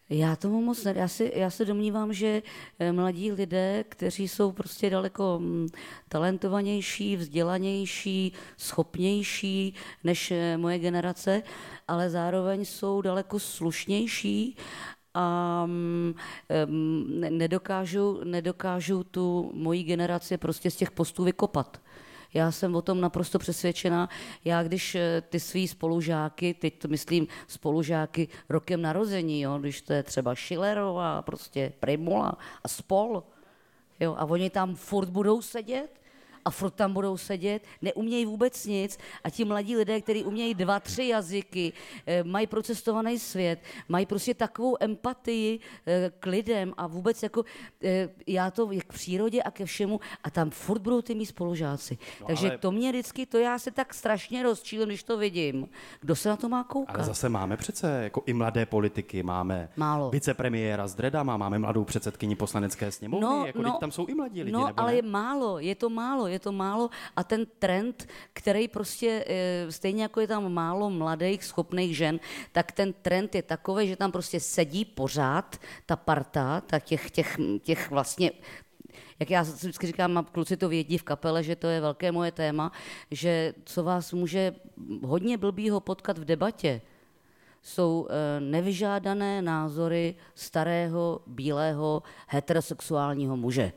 Já tomu moc ne, já, si, já se domnívám, že mladí lidé, kteří jsou prostě daleko talentovanější, vzdělanější, schopnější než moje generace, ale zároveň jsou daleko slušnější a um, nedokážu, nedokážu tu moji generaci prostě z těch postů vykopat. Já jsem o tom naprosto přesvědčená. Já když ty svý spolužáky, teď to myslím spolužáky rokem narození, jo, když to je třeba Schillerová, prostě Primula a spol, jo, a oni tam furt budou sedět, a furt tam budou sedět, neumějí vůbec nic a ti mladí lidé, kteří umějí dva, tři jazyky, mají procestovaný svět, mají prostě takovou empatii k lidem a vůbec jako já to k přírodě a ke všemu a tam furt budou ty mý spolužáci. No, takže ale... to mě vždycky, to já se tak strašně rozčílím, když to vidím. Kdo se na to má koukat? Ale zase máme přece jako i mladé politiky, máme Málo. vicepremiéra z Dredama, máme mladou předsedkyni poslanecké sněmovny, no, jako no, tam jsou i mladí lidi, no, nebo ale ne? je málo, je to málo, je to málo a ten trend, který prostě stejně jako je tam málo mladých, schopných žen, tak ten trend je takový, že tam prostě sedí pořád ta parta, ta těch, těch, těch vlastně, jak já vždycky říkám, a kluci to vědí v kapele, že to je velké moje téma, že co vás může hodně blbýho potkat v debatě, jsou nevyžádané názory starého, bílého, heterosexuálního muže.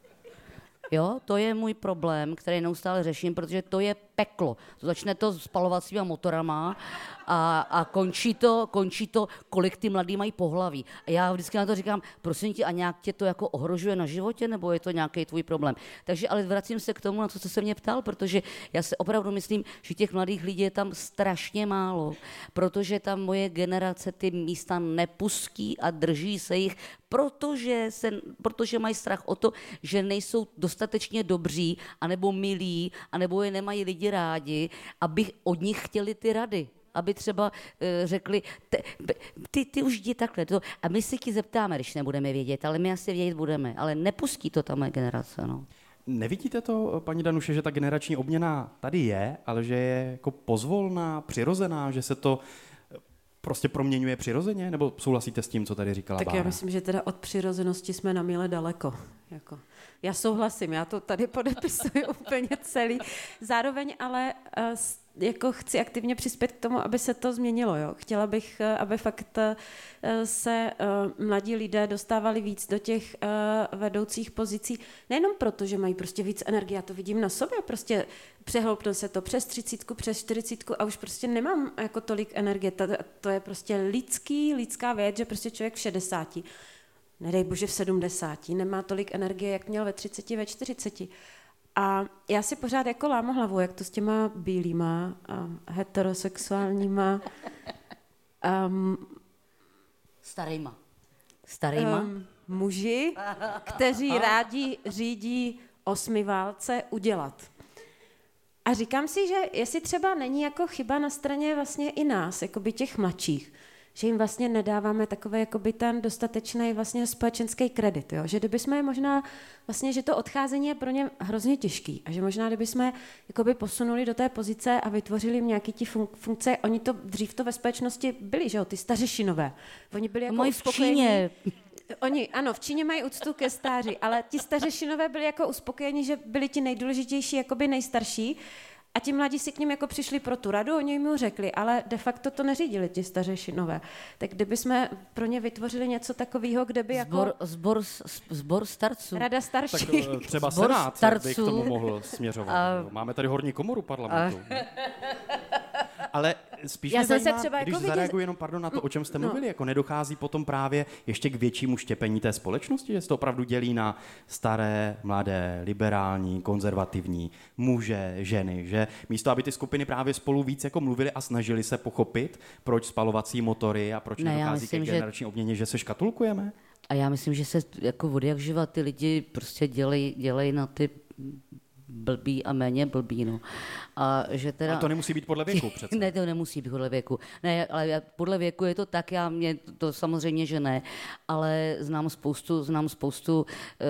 Jo, to je můj problém, který neustále řeším, protože to je peklo. To začne to spalovacíma motorama a, a končí, to, končí to, kolik ty mladí mají pohlaví. A já vždycky na to říkám, prosím tě, a nějak tě to jako ohrožuje na životě, nebo je to nějaký tvůj problém? Takže ale vracím se k tomu, na co jste se mě ptal, protože já se opravdu myslím, že těch mladých lidí je tam strašně málo, protože tam moje generace ty místa nepustí a drží se jich, protože, se, protože mají strach o to, že nejsou dostatečně dobří, anebo milí, anebo je nemají lidi rádi, aby od nich chtěli ty rady. Aby třeba e, řekli, te, ty, ty už jdi takhle. To, a my si ti zeptáme, když nebudeme vědět, ale my asi vědět budeme. Ale nepustí to ta moje generace. No. Nevidíte to, paní Danuše, že ta generační obměna tady je, ale že je jako pozvolná, přirozená, že se to prostě proměňuje přirozeně? Nebo souhlasíte s tím, co tady říkala Tak Bára? Já myslím, že teda od přirozenosti jsme na míle daleko. Jako. Já souhlasím, já to tady podepisuji úplně celý. Zároveň ale uh, jako chci aktivně přispět k tomu, aby se to změnilo. Jo. Chtěla bych, uh, aby fakt uh, se uh, mladí lidé dostávali víc do těch uh, vedoucích pozicí. Nejenom proto, že mají prostě víc energie, já to vidím na sobě, prostě přehloupne se to přes třicítku, přes čtyřicítku a už prostě nemám jako tolik energie. To, to je prostě lidský, lidská věc, že prostě člověk v šedesáti, nedej bože v sedmdesáti, nemá tolik energie, jak měl ve třiceti, ve čtyřiceti. A já si pořád jako lámu hlavu, jak to s těma bílýma a heterosexuálníma um, starýma. Starýma? Um, muži, kteří rádi řídí osmi válce, udělat. A říkám si, že jestli třeba není jako chyba na straně vlastně i nás, jakoby těch mladších, že jim vlastně nedáváme takový jakoby ten dostatečný vlastně společenský kredit, jo? Že kdyby jsme možná vlastně, že to odcházení je pro ně hrozně těžký a že možná kdyby jsme jakoby posunuli do té pozice a vytvořili jim nějaký ti fun- funkce, oni to dřív to ve společnosti byli, že jo, ty stařešinové. Oni byli jako uspokojení. Oni, ano, v Číně mají úctu ke stáří, ale ti stařešinové byli jako uspokojeni, že byli ti nejdůležitější, jakoby nejstarší. A ti mladí si k ním jako přišli pro tu radu, oni jim mu řekli, ale de facto to neřídili ti stařešinové. Tak kdyby jsme pro ně vytvořili něco takového, kde by zbor, jako... Zbor, zbor starců. Rada starších. Tak třeba Zbor Senát starců. by k tomu mohl směřovat. A... Máme tady horní komoru parlamentu. A... Ale spíš Já mě jsem se zajímá, třeba když jako vidět... zareaguji jenom pardon, na to, o čem jste mluvili, no. Jako nedochází potom právě ještě k většímu štěpení té společnosti, že se to opravdu dělí na staré, mladé, liberální, konzervativní, muže, ženy, že místo, aby ty skupiny právě spolu víc jako mluvili a snažili se pochopit, proč spalovací motory a proč ne, nedochází myslím, ke generační že... obměně, že se škatulkujeme? A já myslím, že se jako od jak živa ty lidi prostě dělají dělej na ty blbý a méně blbý, no. A že teda... Ale to nemusí být podle věku přece. Ne, to nemusí být podle věku. Ne, ale já, podle věku je to tak, já mě to samozřejmě, že ne, ale znám spoustu, znám spoustu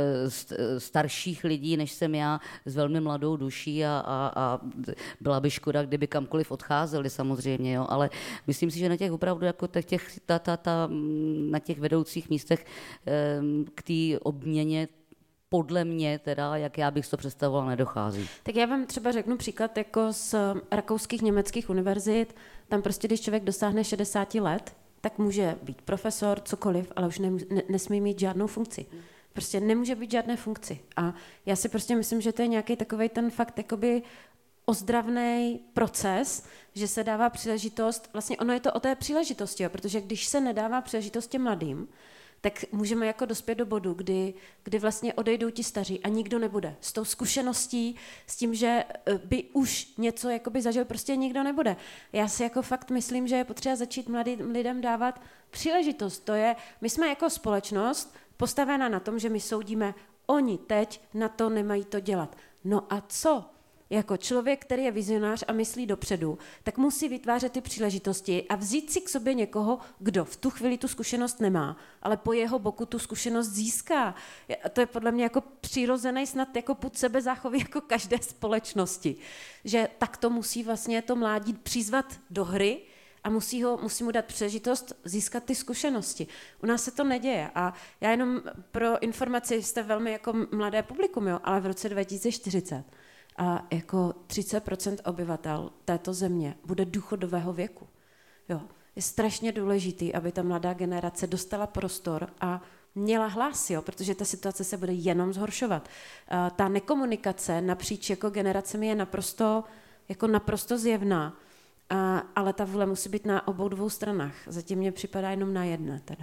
uh, starších lidí, než jsem já, s velmi mladou duší a, a, a byla by škoda, kdyby kamkoliv odcházeli samozřejmě, jo, ale myslím si, že na těch opravdu jako těch, ta, ta, ta, na těch vedoucích místech um, k té obměně podle mě teda, jak já bych to představovala, nedochází. Tak já vám třeba řeknu příklad jako z rakouských, německých univerzit. Tam prostě, když člověk dosáhne šedesáti let, tak může být profesor, cokoliv, ale už ne, ne, nesmí mít žádnou funkci. Prostě nemůže být žádné funkci. A já si prostě myslím, že to je nějaký takovej ten fakt jakoby ozdravný proces, že se dává příležitost, vlastně ono je to o té příležitosti, jo, protože když se nedává příležitost těm mladým, tak můžeme jako dospět do bodu, kdy, kdy vlastně odejdou ti staří a nikdo nebude. S tou zkušeností, s tím, že by už něco jakoby zažil, prostě nikdo nebude. Já si jako fakt myslím, že je potřeba začít mladým lidem dávat příležitost. To je, my jsme jako společnost postavená na tom, že my soudíme, oni teď na to nemají to dělat. No a co? Jako člověk, který je vizionář a myslí dopředu, tak musí vytvářet ty příležitosti a vzít si k sobě někoho, kdo v tu chvíli tu zkušenost nemá, ale po jeho boku tu zkušenost získá. A to je podle mě jako přirozený snad jako pud sebezáchovy jako každé společnosti. Že tak to musí vlastně to mládí přizvat do hry a musí, ho, musí mu dát příležitost získat ty zkušenosti. U nás se to neděje a já jenom pro informaci, jste velmi jako mladé publikum, jo, ale v roce dva tisíce čtyřicet a jako třicet procent obyvatel této země bude důchodového věku. Jo. Je strašně důležitý, aby ta mladá generace dostala prostor a měla hlas, jo, protože ta situace se bude jenom zhoršovat. Uh, ta nekomunikace napříč jako generacemi je naprosto, jako naprosto zjevná, uh, ale ta vůle musí být na obou dvou stranách. Zatím mě připadá jenom na jedné teda.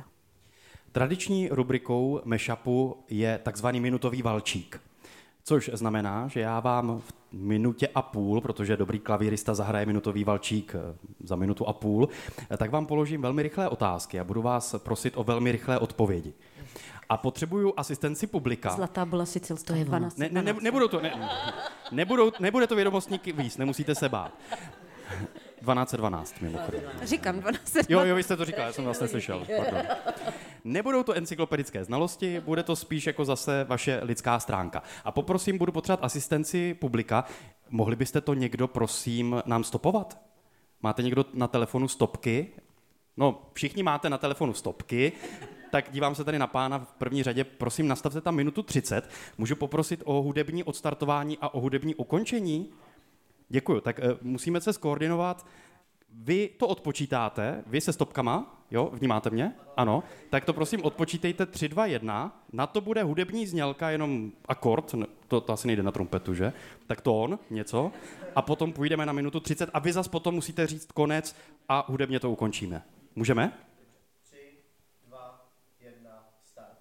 Tradiční rubrikou mashupu je takzvaný minutový valčík. Což znamená, že já vám v minutě a půl, protože dobrý klavírista zahraje minutový valčík za minutu a půl, tak vám položím velmi rychlé otázky a budu vás prosit o velmi rychlé odpovědi. A potřebuju asistenci publika. Zlatá byla sicilská. dvanáct, ne, ne, ne, nebudou to, ne, nebudou, nebude to vědomostník víc, nemusíte se bát. dvanáct dvanáct mimochodem. Říkám dvanáct dvanáct. Jo, jo, vy jste to říkal, já jsem vlastně slyšel. Pardon. Nebudou to encyklopedické znalosti, bude to spíš jako zase vaše lidská stránka. A poprosím, budu potřebovat asistenci publika. Mohli byste to někdo, prosím, nám stopovat? Máte někdo na telefonu stopky? No, všichni máte na telefonu stopky, tak dívám se tady na pána v první řadě. Prosím, nastavte tam minutu třicet. Můžu poprosit o hudební odstartování a o hudební ukončení? Děkuju, tak uh, musíme se skoordinovat. Vy to odpočítáte, vy se stopkama, jo, vnímáte mě? Ano, tak to prosím odpočítejte tři, dva, jedna, na to bude hudební znělka, jenom akord, to, to asi nejde na trumpetu, že? Tak tón, něco, a potom půjdeme na minutu třicet a vy zas potom musíte říct konec a hudebně to ukončíme. Můžeme? tři, dva, jedna, start.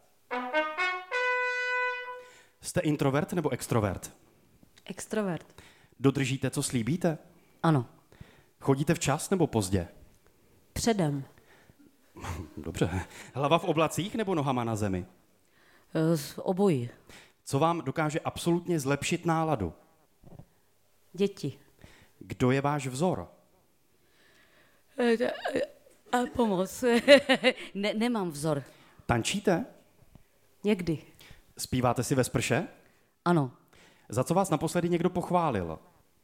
Jste introvert nebo extrovert? Extrovert. Dodržíte, co slíbíte? Ano. Chodíte včas nebo pozdě? Předem. Dobře. Hlava v oblacích nebo nohama na zemi? Z obojí. Co vám dokáže absolutně zlepšit náladu? Děti. Kdo je váš vzor? A pomoc. ne, nemám vzor. Tančíte? Někdy. Zpíváte si ve sprše? Ano. Za co vás naposledy někdo pochválil?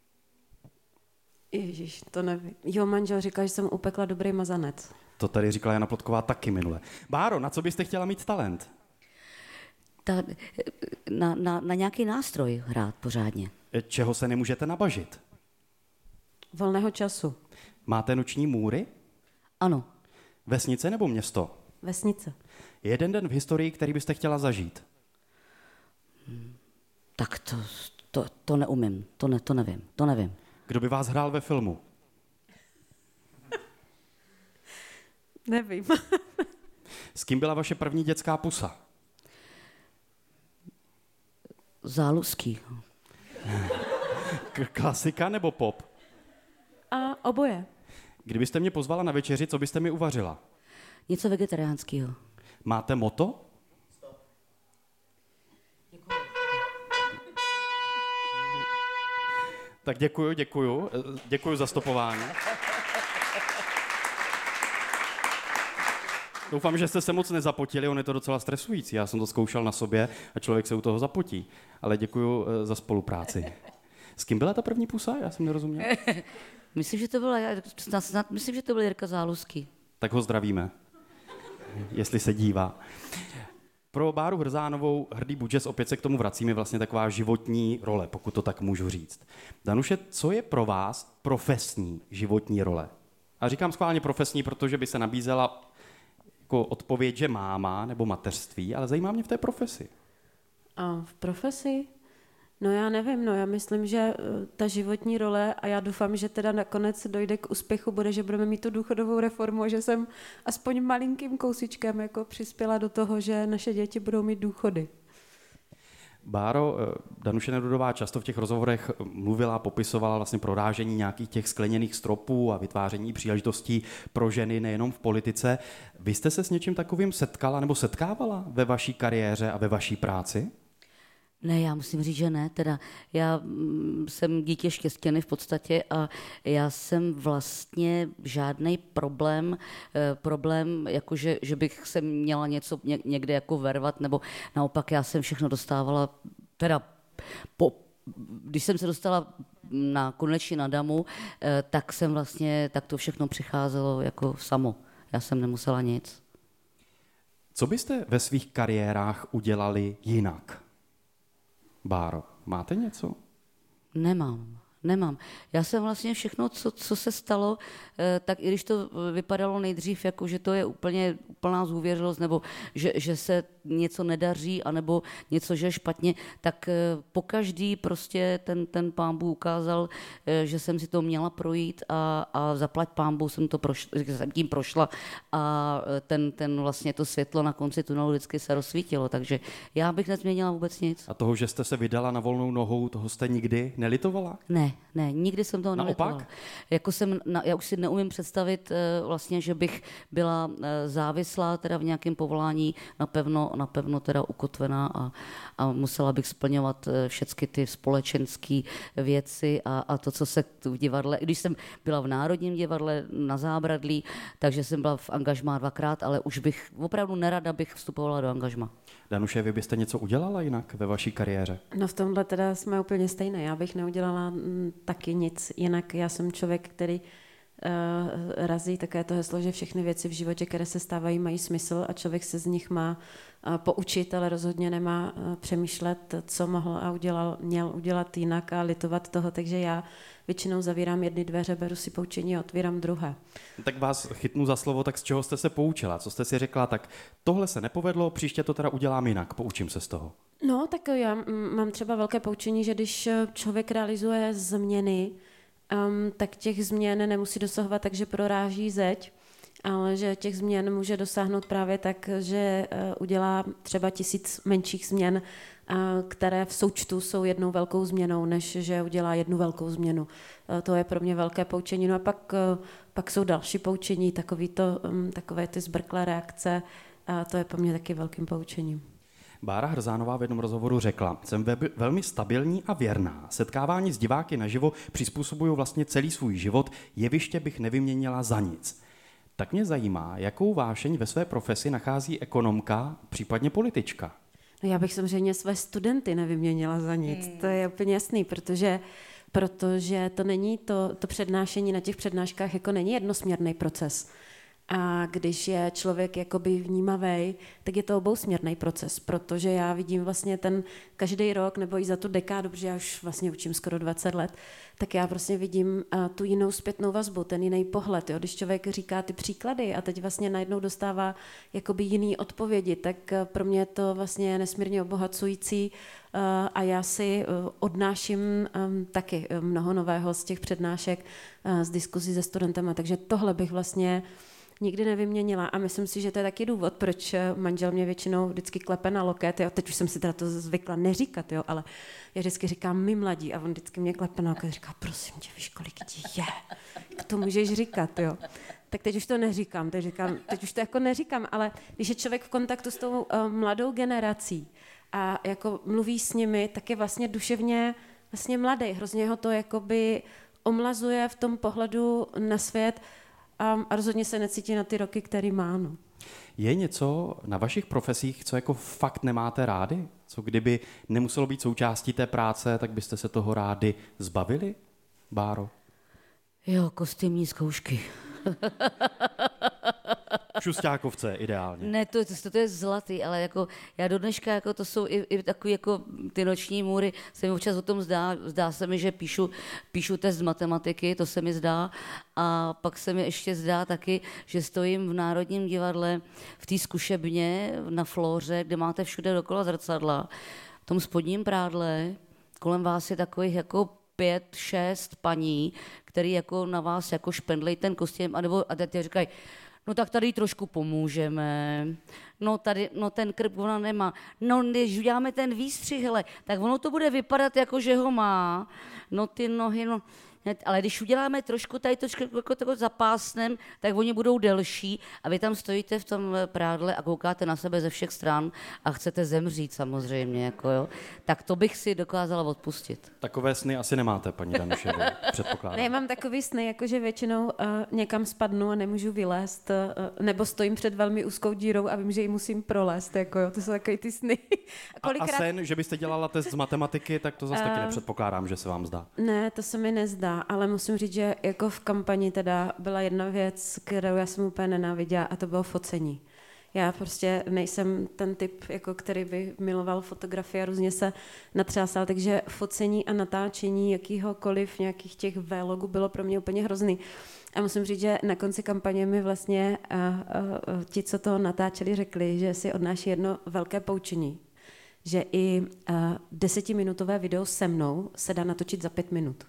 Ježíš, to nevím. Jo, manžel říkal, že jsem upekla dobrý mazanec. To tady říkala Jana Plotková taky minule. Báro, na co byste chtěla mít talent? Ta, na, na, na nějaký nástroj hrát pořádně. Čeho se nemůžete nabažit? Volného času. Máte noční můry? Ano. Vesnice nebo město? Vesnice. Jeden den v historii, který byste chtěla zažít? Tak to, to, to neumím, to, ne, to nevím, to nevím. Kdo by vás hrál ve filmu? Nevím. S kým byla vaše první dětská pusa? Záluský. K- klasika nebo pop? A oboje. Kdybyste mě pozvala na večeři, co byste mi uvařila? Něco vegetariánského. Máte moto? Tak děkuju, děkuju. Děkuju za stopování. Doufám, že jste se moc nezapotili, on je to docela stresující. Já jsem to zkoušel na sobě a člověk se u toho zapotí. Ale děkuju za spolupráci. S kým byla ta první pusa? Já jsem nerozuměl. Myslím, že to byla, snad, myslím, že to byl Jirka Záluský. Tak ho zdravíme, jestli se dívá. Pro Báru Hrzánovou Hrdý Budžes, opět se k tomu vracíme, vlastně taková životní role, pokud to tak můžu říct. Danuše, co je pro vás profesní životní role? A říkám schválně profesní, protože by se nabízela jako odpověď, že máma nebo mateřství, ale zajímá mě v té profesi. A v profesi? No já nevím, no já myslím, že ta životní role, a já doufám, že teda nakonec dojde k úspěchu, bude, že budeme mít tu důchodovou reformu a že jsem aspoň malinkým kousíčkem jako přispěla do toho, že naše děti budou mít důchody. Báro, Danuše Nerudová často v těch rozhovorech mluvila, popisovala vlastně prorážení nějakých těch skleněných stropů a vytváření příležitostí pro ženy nejenom v politice. Vy jste se s něčím takovým setkala nebo setkávala ve vaší kariéře a ve vaší práci? Ne, já musím říct, že ne. Teda já mm, jsem dítě štěstěny v podstatě a já jsem vlastně žádný problém, eh, problém, jako že, že bych se měla něco ně, někde jako vervat, nebo naopak já jsem všechno dostávala, teda po, když jsem se dostala na konečně na damu, eh, tak jsem vlastně, tak to všechno přicházelo jako samo. Já jsem nemusela nic. Co byste ve svých kariérách udělali jinak? Báro, máte něco? Nemám, nemám. Já jsem vlastně všechno, co, co se stalo, tak i když to vypadalo nejdřív, jako že to je úplně úplná zhůvěřilost, nebo že, že se něco nedaří, anebo něco, že je špatně, tak pokaždý prostě ten, ten Pán Bůh ukázal, že jsem si to měla projít a, a zaplať Pán Bůh jsem to prošla, jsem tím prošla a ten, ten vlastně to světlo na konci tunelu vždycky se rozsvítilo, takže já bych nezměnila vůbec nic. A toho, že jste se vydala na volnou nohou, toho jste nikdy nelitovala? Ne, ne, nikdy jsem toho nelitovala. Naopak? Jako jsem, já už si neumím představit vlastně, že bych byla závislá teda v nějakém povolání napevno, napevno teda ukotvená a, a musela bych splňovat všechny ty společenské věci a, a to, co se v divadle, když jsem byla v Národním divadle na Zábradlí, takže jsem byla v angažmá dvakrát, ale už bych opravdu nerada bych vstupovala do angažmá. Danuše, vy byste něco udělala jinak ve vaší kariéře? No v tomhle teda jsme úplně stejné. Já bych neudělala m, taky nic jinak. Já jsem člověk, který uh, razí také to heslo, že všechny věci v životě, které se stávají, mají smysl a člověk se z nich má uh, poučit, ale rozhodně nemá uh, přemýšlet, co mohl a udělal, měl udělat jinak a litovat toho. Takže já většinou zavírám jedny dveře, beru si poučení a otvírám druhé. Tak vás chytnu za slovo, tak z čeho jste se poučila? Co jste si řekla, tak tohle se nepovedlo, příště to teda udělám jinak, poučím se z toho. No, tak já mám třeba velké poučení, že když člověk realizuje změny, um, tak těch změn nemusí dosahovat tak, že proráží zeď, ale že těch změn může dosáhnout právě tak, že uh, udělá třeba tisíc menších změn, uh, které v součtu jsou jednou velkou změnou, než že udělá jednu velkou změnu. Uh, to je pro mě velké poučení. No a pak, uh, pak jsou další poučení, takový to, um, takové ty zbrklé reakce, a to je pro mě taky velkým poučením. Bára Hrzánová v jednom rozhovoru řekla, jsem ve, velmi stabilní a věrná. Setkávání s diváky naživo přizpůsobuju vlastně celý svůj život, jeviště bych nevyměnila za nic. Tak mě zajímá, jakou vášeň ve své profesi nachází ekonomka, případně politička. No já bych samozřejmě své studenty nevyměnila za nic, hmm. to je úplně jasný, protože, protože to není to, to přednášení na těch přednáškách jako není jednosměrný proces. A když je člověk jakoby vnímavý, tak je to obousměrný proces, protože já vidím vlastně ten každý rok nebo i za tu dekádu, protože já už vlastně učím skoro dvacet let, tak já prostě vidím uh, tu jinou zpětnou vazbu, ten jiný pohled. Jo? Když člověk říká ty příklady a teď vlastně najednou dostává jakoby jiný odpovědi, tak uh, pro mě je to vlastně nesmírně obohacující uh, a já si uh, odnáším um, taky mnoho nového z těch přednášek, uh, z diskuzí se studentama, takže tohle bych vlastně nikdy nevyměnila a myslím si, že to je taky důvod, proč manžel mě většinou vždycky klepe na loket. Jo. Teď už jsem si teda to zvykla neříkat, jo, ale já vždycky říkám my mladí a on vždycky mě klepe na loket a říká, prosím tě, víš, kolik ti je, jak to můžeš říkat, jo. Tak teď už to neříkám, teď, říkám, teď už to jako neříkám, ale když je člověk v kontaktu s tou uh, mladou generací a jako mluví s nimi, tak je vlastně duševně vlastně mladý, hrozně ho to jakoby omlazuje v tom pohledu na svět a, a rozhodně se necítí na ty roky, který má. No. Je něco na vašich profesích, co jako fakt nemáte rádi? Co kdyby nemuselo být součástí té práce, tak byste se toho rádi zbavili, Báro? Jo, kostýmní zkoušky. Šustákovce ideálně. Ne, to, to, to je zlatý, ale jako já do dneška, jako to jsou i, i takový jako ty noční můry, se mi občas o tom zdá, zdá se mi, že píšu, píšu test z matematiky, to se mi zdá, a pak se mi ještě zdá taky, že stojím v Národním divadle v té zkušebně na Flóře, kde máte všude dokola zrcadla, v tom spodním prádle, kolem vás je takových jako pět, šest paní, který jako na vás jako špendlej ten kostým, anebo a teď říkají, no tak tady trošku pomůžeme, no tady, no ten krb ona nemá, no když uděláme ten výstřih, hele, tak ono to bude vypadat jako, že ho má, no ty nohy, no, ale když uděláme trošku tady trošku jako, jako zapásnem, tak oni budou delší a vy tam stojíte v tom prádle a koukáte na sebe ze všech stran a chcete zemřít samozřejmě, jako jo. Tak to bych si dokázala odpustit. Takové sny asi nemáte, paní Danuševo, předpokládám. Ne, já mám takový sny, jako že většinou uh, někam spadnu a nemůžu vylézt, uh, nebo stojím před velmi úzkou dírou a vím, že ji musím prolézt, jako jo, to jsou takový ty sny. A, kolikrát... a sen, že byste dělala test z matematiky, tak to zase uh, taky nepředpokládám, že se vám zdá. Ne, to se mi nezdá. Ale musím říct, že jako v kampani teda byla jedna věc, kterou já jsem úplně nenáviděla a to bylo focení. Já prostě nejsem ten typ, jako který by miloval fotografii a různě se natřásal, takže focení a natáčení jakýhokoliv nějakých těch vlogů bylo pro mě úplně hrozný. A musím říct, že na konci kampaně mi vlastně a, a, a, ti, co to natáčeli, řekli, že si odnáší jedno velké poučení, že i a, desetiminutové video se mnou se dá natočit za pět minut.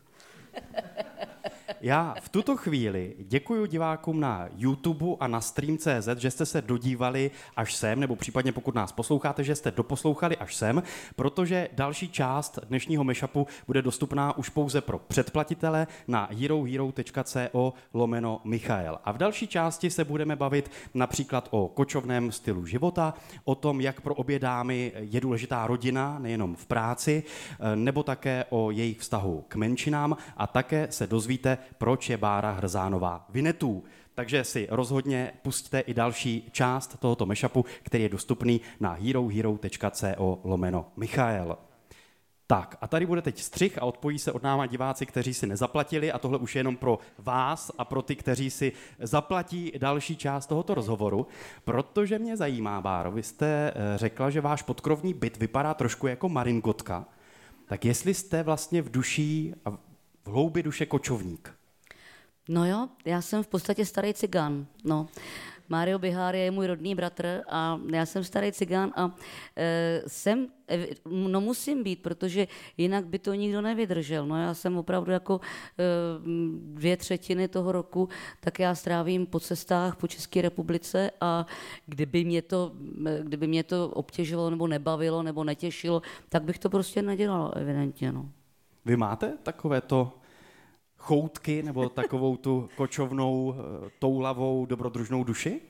Já v tuto chvíli děkuji divákům na YouTube a na stream tečka cé zet, že jste se dodívali až sem, nebo případně pokud nás posloucháte, že jste doposlouchali až sem, protože další část dnešního mashupu bude dostupná už pouze pro předplatitele na herohero tečka co lomeno Michael. A v další části se budeme bavit například o kočovném stylu života, o tom, jak pro obě dámy je důležitá rodina, nejenom v práci, nebo také o jejich vztahu k menšinám a také se dozvíte, proč je Bára Hrzánová Vinetů. Takže si rozhodně pusťte i další část tohoto mashupu, který je dostupný na herohero tečka co lomeno Michael. Tak a tady bude teď střih a odpojí se od náma diváci, kteří si nezaplatili a tohle už je jenom pro vás a pro ty, kteří si zaplatí další část tohoto rozhovoru, protože mě zajímá, Báro, vy jste řekla, že váš podkrovní byt vypadá trošku jako maringotka, tak jestli jste vlastně v duši a v hloubi duše kočovník. No jo, já jsem v podstatě starý cigán, no. Mario Bihar je můj rodný bratr a já jsem starý cigán a e, jsem, no musím být, protože jinak by to nikdo nevydržel. No já jsem opravdu jako e, dvě třetiny toho roku, tak já strávím po cestách po České republice a kdyby mě to, kdyby mě to obtěžovalo nebo nebavilo nebo netěšilo, tak bych to prostě nedělala evidentně, no. Vy máte takovéto choutky nebo takovou tu kočovnou, toulavou, dobrodružnou duši?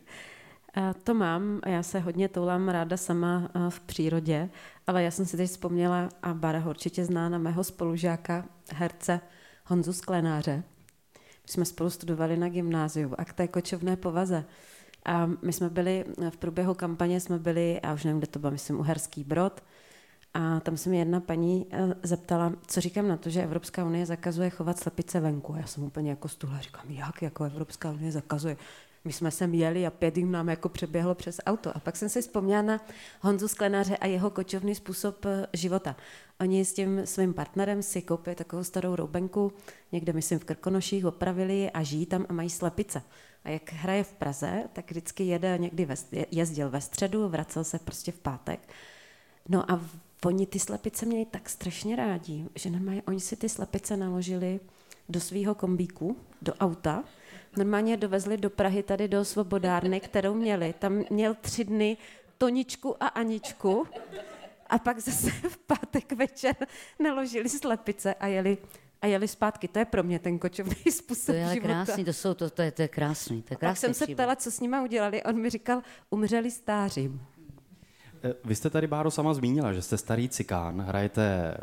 To mám, já se hodně toulám ráda sama v přírodě, ale já jsem si teď vzpomněla, a Bára ho určitě zná, na mého spolužáka, herce Honzu Sklenáře. My jsme spolu studovali na gymnáziu a k té kočovné povaze. A my jsme byli, v průběhu kampaně jsme byli, já už nevím, kde to bylo, myslím, Uherský Brod, a tam se mi jedna paní zeptala, co říkám na to, že Evropská unie zakazuje chovat slepice venku. Já jsem úplně jako stuhla, říkám, jak jako Evropská unie zakazuje. My jsme sem jeli a pět jim nám jako přeběhlo přes auto. A pak jsem si vzpomněla na Honzu Sklenáře a jeho kočovný způsob života. Oni s tím svým partnerem si koupili takovou starou roubenku, někde myslím v Krkonoších, opravili a žijí tam a mají slepice. A jak hraje v Praze, tak vždycky jede někdy ve, jezdil ve středu, vracel se prostě v pátek. No a oni ty slepice měli tak strašně rádi, že normálně oni si ty slepice naložili do svého kombíku, do auta. Normálně dovezli do Prahy tady do Svobodárny, kterou měli. Tam měl tři dny Toničku a Aničku a pak zase v pátek večer naložili slepice a jeli, a jeli zpátky. To je pro mě ten kočovný způsob to je ale života. Krásný, to, jsou, to, to, je, to je krásný. To je krásný a pak jsem se ptala, co s nima udělali. On mi říkal, umřeli stářím. Vy jste tady, Báro, sama zmínila, že jste starý cikán, hrajete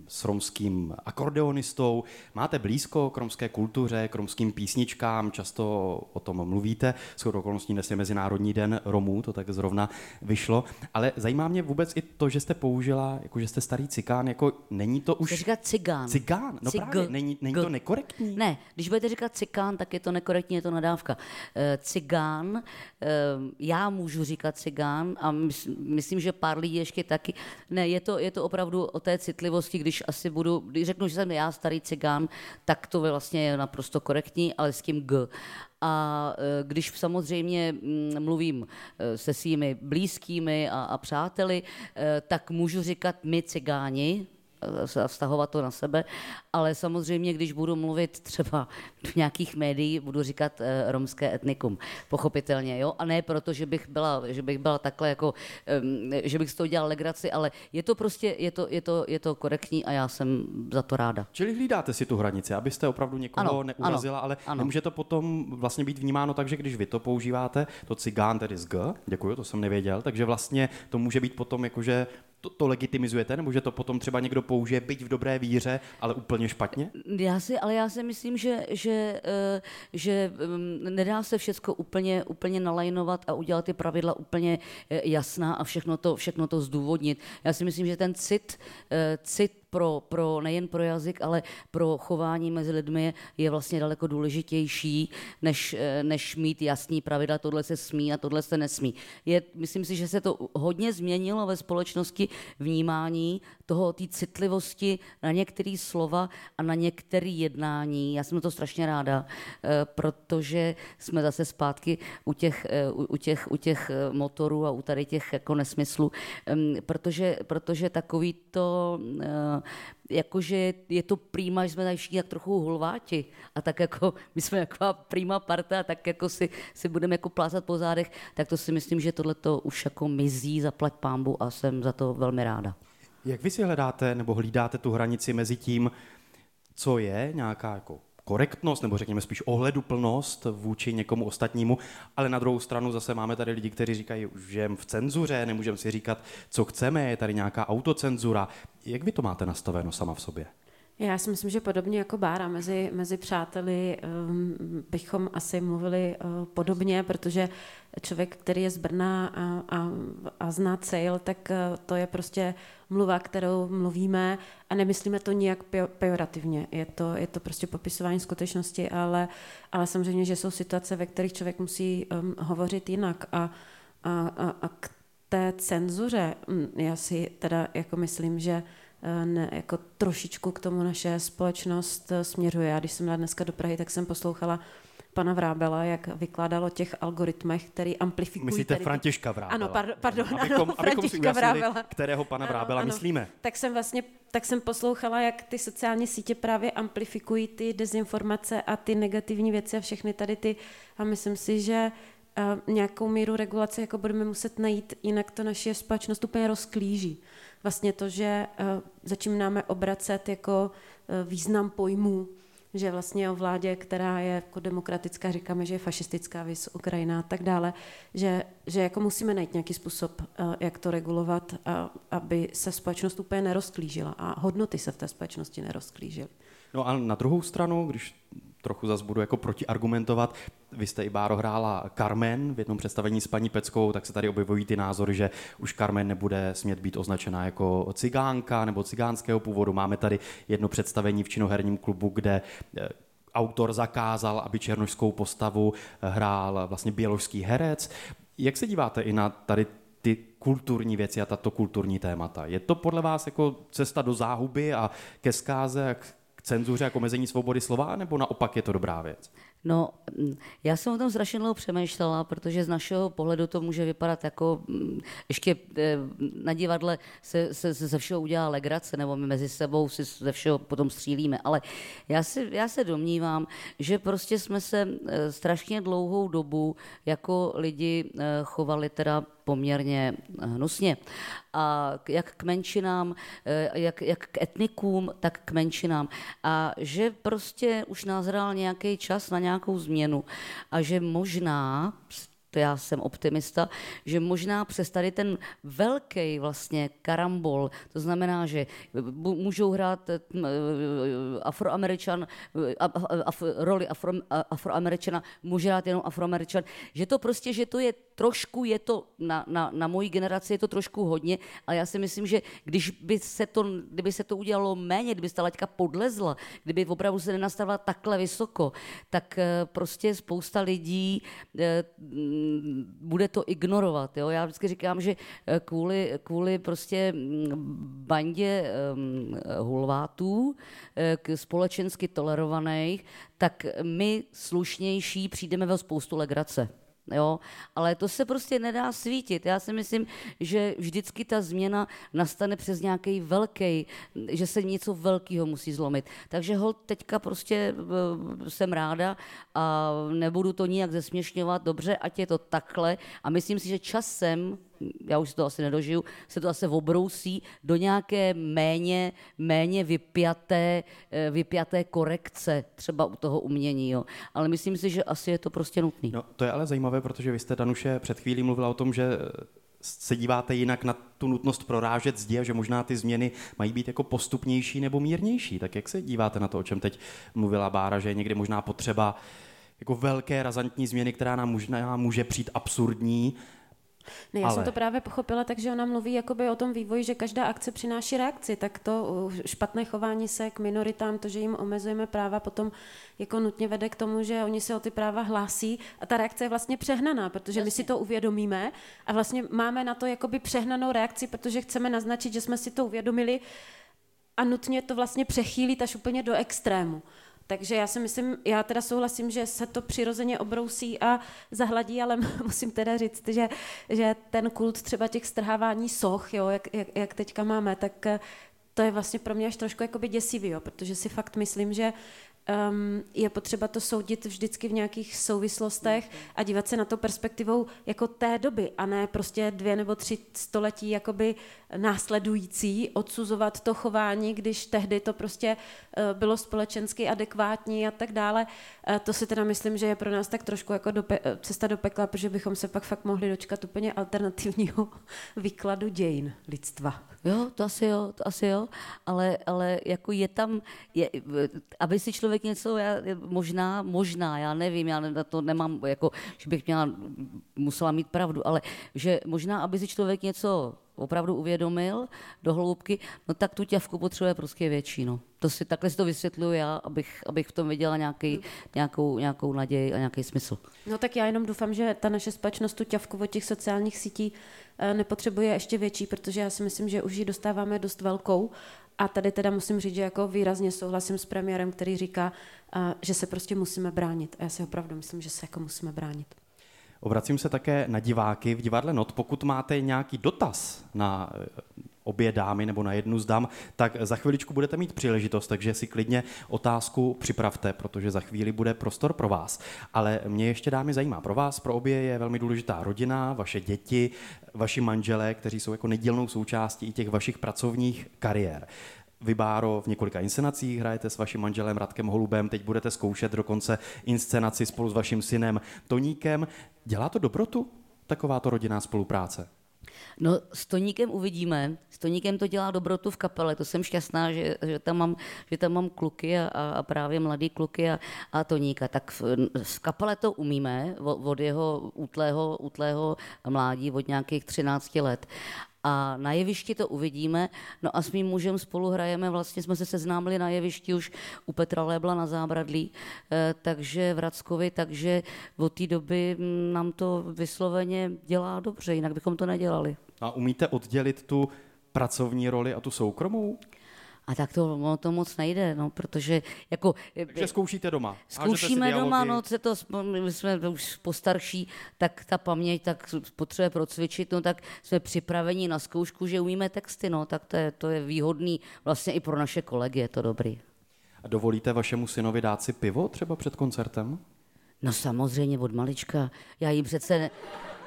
s romským akordeonistou. Máte blízko k romské kultuře, k romským písničkám, často o tom mluvíte. Shodou okolností dnes je Mezinárodní den Romů, to tak zrovna vyšlo. Ale zajímá mě vůbec i to, že jste použila, jako že jste starý cikán, jako není to už... Chci říkat cigán. Cigán, no Cig. právě, není, není to nekorektní? Ne, když budete říkat cikán, tak je to nekorektní, je to nadávka. E, cigán, e, já můžu říkat cigán a mys, myslím, že pár lidí ještě taky. Ne, je to, je to opravdu o té citlivosti, když asi budu, když řeknu, že jsem já starý cigán, tak to vlastně je naprosto korektní, ale s tím G. A když samozřejmě mluvím se svými blízkými a, a přáteli, tak můžu říkat my cigáni, a vztahovat to na sebe, ale samozřejmě, když budu mluvit třeba v nějakých médiích, budu říkat uh, romské etnikum, pochopitelně, jo, a ne proto, že bych byla, že bych byla takhle jako, um, že bych z toho dělala legraci, ale je to prostě, je to, je to, je to korektní a já jsem za to ráda. Čili hlídáte si tu hranici, abyste opravdu někoho ano, neurazila, ano, ale ano. nemůže to potom vlastně být vnímáno tak, že když vy to používáte, to cigán tedy z G, děkuju, to jsem nevěděl, takže vlastně to může být potom jakože To, to legitimizujete, nebo že to potom třeba někdo použije, byť v dobré víře, ale úplně špatně? Já si, ale já si myslím, že, že, že nedá se všecko úplně, úplně nalajnovat a udělat ty pravidla úplně jasná a všechno to, všechno to zdůvodnit. Já si myslím, že ten cit, cit pro, pro, nejen pro jazyk, ale pro chování mezi lidmi je vlastně daleko důležitější, než, než mít jasný pravidla, tohle se smí a tohle se nesmí. Je, myslím si, že se to hodně změnilo ve společnosti vnímání toho, té citlivosti na některé slova a na některé jednání. Já jsem to strašně ráda, protože jsme zase zpátky u těch, u těch, u těch motorů a u tady těch jako nesmyslů, protože, protože takový to jakože je to prýma, že jsme tady všichni tak trochu hulváti a tak jako my jsme taková prýma parta a tak jako si, si budeme jako plácat po zádech, tak to si myslím, že tohleto už jako mizí, zaplať pánbu a jsem za to velmi ráda. Jak vy si hledáte nebo hlídáte tu hranici mezi tím, co je nějaká jako korektnost, nebo řekněme spíš ohleduplnost vůči někomu ostatnímu, ale na druhou stranu zase máme tady lidi, kteří říkají, že žijeme v cenzuře, nemůžeme si říkat, co chceme, je tady nějaká autocenzura. Jak vy to máte nastaveno sama v sobě? Já si myslím, že podobně jako Bára, mezi, mezi přáteli um, bychom asi mluvili uh, podobně, protože člověk, který je z Brna a, a, a zná Cejl, tak uh, to je prostě mluva, kterou mluvíme a nemyslíme to nijak pejorativně. Je to, je to prostě popisování skutečnosti, ale, ale samozřejmě, že jsou situace, ve kterých člověk musí um, hovořit jinak a, a, a, a k té cenzuře um, já si teda jako myslím, že Ne, jako trošičku k tomu naše společnost směřuje. Já když jsem jela dneska do Prahy, tak jsem poslouchala pana Vrábela, jak vykládal o těch algoritmech, který amplifikují... Myslíte Františka Vrábela? Ano, pardon, pardon abychom, ano, abychom si ujasnili, kterého pana ano, Vrábela ano. myslíme. Tak jsem vlastně, tak jsem poslouchala, jak ty sociální sítě právě amplifikují ty dezinformace a ty negativní věci a všechny tady ty... A myslím si, že uh, nějakou míru regulace jako budeme muset najít, jinak to naše společnost úplně rozklíží. Vlastně to, že uh, začínáme obracet jako uh, význam pojmů, že vlastně o vládě, která je jako demokratická, říkáme, že je fašistická, vys Ukrajina a tak dále, že, že jako musíme najít nějaký způsob, uh, jak to regulovat, uh, aby se společnost úplně nerozklížila a hodnoty se v té společnosti nerozklížily. No a na druhou stranu, když trochu zas budu jako protiargumentovat, vy jste i, Báro, hrála Carmen v jednom představení s paní Peckou, tak se tady objevují ty názory, že už Carmen nebude smět být označená jako cigánka nebo cigánského původu. Máme tady jedno představení v činoherním klubu, kde autor zakázal, aby černošskou postavu hrál vlastně běložský herec. Jak se díváte i na tady ty kulturní věci a tato kulturní témata? Je to podle vás jako cesta do záhuby a ke zkáze a k cenzuře a k omezení svobody slova, nebo naopak je to dobrá věc? No, já jsem o tom strašně dlouho přemýšlela, protože z našeho pohledu to může vypadat jako, ještě na divadle se, se, se ze všeho udělá legrace, nebo my mezi sebou si ze všeho potom střílíme, ale já, si, já se domnívám, že prostě jsme se strašně dlouhou dobu jako lidi chovali teda poměrně hnusně. A jak k menšinám, jak, jak k etnikům, tak k menšinám. A že prostě už nazrál nějaký čas na nějakou změnu a že možná to já jsem optimista, že možná přes tady ten velký vlastně karambol, to znamená, že můžou hrát Afroameričan, af, roli afro, Afroameričana, může hrát jenom Afroameričan, že to prostě, že to je trošku, je to na, na, na mojí generaci je to trošku hodně, ale já si myslím, že když by se to, kdyby se to udělalo méně, kdyby se ta laťka podlezla, kdyby opravdu se nenastavila takhle vysoko, tak prostě spousta lidí bude to ignorovat. Jo? Já vždycky říkám, že kvůli, kvůli prostě bandě um, hulvátů, společensky tolerovaných, tak my slušnější přijdeme ve spoustu legrace. Jo, ale to se prostě nedá svítit. Já si myslím, že vždycky ta změna nastane přes nějaký velký, že se něco velkého musí zlomit. Takže holt teďka prostě jsem ráda a nebudu to nijak zesměšňovat, dobře, ať je to takhle a myslím si, že časem, já už si to asi nedožiju, se to asi obrousí do nějaké méně, méně vypjaté, vypjaté korekce třeba u toho umění. Jo. Ale myslím si, že asi je to prostě nutný. No, to je ale zajímavé, protože vy jste, Danuše, před chvílí mluvila o tom, že se díváte jinak na tu nutnost prorážet zdi a že možná ty změny mají být jako postupnější nebo mírnější. Tak jak se díváte na to, o čem teď mluvila Bára, že je někdy možná potřeba jako velké razantní změny, která nám možná může přijít absurdní. Ne, já ale... jsem to právě pochopila, takže ona mluví jakoby o tom vývoji, že každá akce přináší reakci, tak to špatné chování se k minoritám, to, že jim omezujeme práva, potom jako nutně vede k tomu, že oni se o ty práva hlásí a ta reakce je vlastně přehnaná, protože Jasně. my si to uvědomíme a vlastně máme na to jakoby přehnanou reakci, protože chceme naznačit, že jsme si to uvědomili a nutně to vlastně přechýlit až úplně do extrému. Takže já si myslím, já teda souhlasím, že se to přirozeně obrousí a zahladí, ale musím teda říct, že, že ten kult třeba těch strhávání soch, jo, jak, jak, jak teďka máme, tak to je vlastně pro mě až trošku jakoby děsivý, jo, protože si fakt myslím, že um, je potřeba to soudit vždycky v nějakých souvislostech a dívat se na to perspektivou jako té doby a ne prostě dvě nebo tři století jakoby následující, odsuzovat to chování, když tehdy to prostě uh, bylo společensky adekvátní a tak dále. Uh, to si teda myslím, že je pro nás tak trošku jako do pe- cesta do pekla, protože bychom se pak fakt mohli dočkat úplně alternativního výkladu dějin lidstva. Jo, to asi jo, to asi jo, ale, ale jako je tam, je, aby si člověk něco, já, možná, možná, já nevím, já na to nemám, jako, že bych měla, musela mít pravdu, ale že možná, aby si člověk něco opravdu uvědomil do hloubky, no tak tu ťavku potřebuje prostě větší, no. To si, takhle si to vysvětluju já, abych, abych v tom viděla nějaký, nějakou, nějakou naději a nějaký smysl. No tak já jenom doufám, že ta naše společnost tu ťavku od těch sociálních sítí nepotřebuje ještě větší, protože já si myslím, že už ji dostáváme dost velkou a tady teda musím říct, že jako výrazně souhlasím s premiérem, který říká, že se prostě musíme bránit. A já si opravdu myslím, že se jako musíme bránit. Obracím se také na diváky v divadle Not. Pokud máte nějaký dotaz na obě dámy nebo na jednu z dam, tak za chviličku budete mít příležitost, takže si klidně otázku připravte, protože za chvíli bude prostor pro vás. Ale mě ještě, dámy, zajímá, pro vás, pro obě je velmi důležitá rodina, vaše děti, vaši manželé, kteří jsou jako nedílnou součástí i těch vašich pracovních kariér. Vy, Báro, v několika inscenacích hrajete s vaším manželem Radkem Holubem, teď budete zkoušet dokonce inscenaci spolu s vaším synem Toníkem. Dělá to dobrotu, takováto rodinná spolupráce? No, s Toníkem uvidíme. S Toníkem to dělá dobrotu v kapele. To jsem šťastná, že, že, tam, mám, že tam mám kluky a, a právě mladý kluky a, a Toníka. Tak v, v kapele to umíme od, od jeho útlého, útlého mládí, od nějakých třinácti let. A na jevišti to uvidíme, no a s mým mužem spolu hrajeme, vlastně jsme se seznámili na jevišti už u Petra Lébla na Zábradlí, eh, takže v Rackovi, takže od té doby nám to vysloveně dělá dobře, jinak bychom to nedělali. A umíte oddělit tu pracovní roli a tu soukromou? A tak to, ono to moc nejde, no, protože jako... Takže zkoušíte doma. Zkoušíme doma, no, se to, my jsme už postarší, tak ta paměť tak potřebuje procvičit, no, tak jsme připraveni na zkoušku, že umíme texty, no, tak to je, to je výhodný, vlastně i pro naše kolegy je to dobrý. A dovolíte vašemu synovi dát si pivo třeba před koncertem? No samozřejmě od malička, já jim přece... Ne...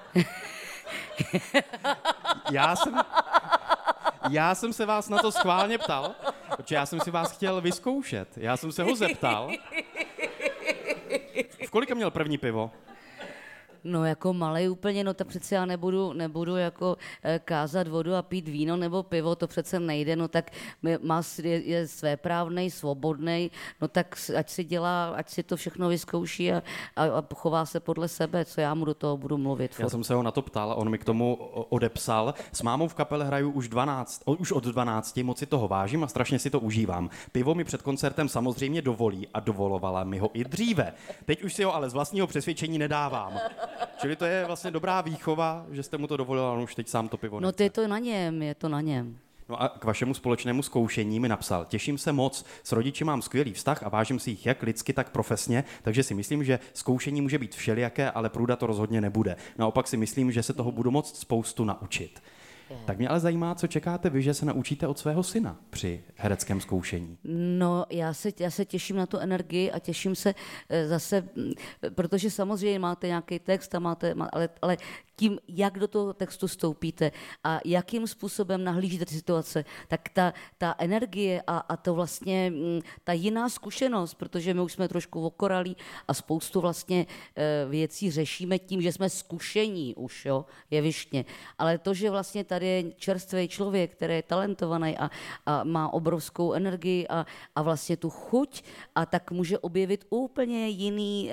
Já jsem... Já jsem se vás na to schválně ptal, protože já jsem si vás chtěl vyzkoušet. Já jsem se ho zeptal. V kolika měl první pivo? No jako malej úplně, no tak přece já nebudu, nebudu jako eh, kázat vodu a pít víno nebo pivo, to přece nejde, no tak má, je, je svéprávnej, svobodnej, no tak ať si dělá, ať si to všechno vyzkouší a, a, a chová se podle sebe, co já mu do toho budu mluvit. Já jsem se ho na to ptal a on mi k tomu odepsal. S mámou v kapele hraju už dvanáct, už od dvanácti, moc si toho vážím a strašně si to užívám. Pivo mi před koncertem samozřejmě dovolí a dovolovala mi ho i dříve. Teď už si ho ale z vlastního přesvědčení nedávám. Čili to je vlastně dobrá výchova, že jste mu to dovolila, on už teď sám to pivo nechce. No to je to na něm, je to na něm. No a k vašemu společnému zkoušení mi napsal: těším se moc, s rodiči mám skvělý vztah a vážím si jich jak lidsky, tak profesně, takže si myslím, že zkoušení může být všelijaké, ale průda to rozhodně nebude. Naopak si myslím, že se toho budu moct spoustu naučit. Tak mě ale zajímá, co čekáte vy, že se naučíte od svého syna při hereckém zkoušení. No, já se, já se těším na tu energii a těším se zase, protože samozřejmě máte nějaký text, a máte, ale, ale tím, jak do toho textu stoupíte a jakým způsobem nahlížíte ty situace, tak ta, ta energie a, a to vlastně ta jiná zkušenost, protože my už jsme trošku okoralí a spoustu vlastně věcí řešíme tím, že jsme zkušení už, jo, jevištně. Ale to, že vlastně tady je čerstvý člověk, který je talentovaný a, a má obrovskou energii a, a vlastně tu chuť a tak může objevit úplně jiný,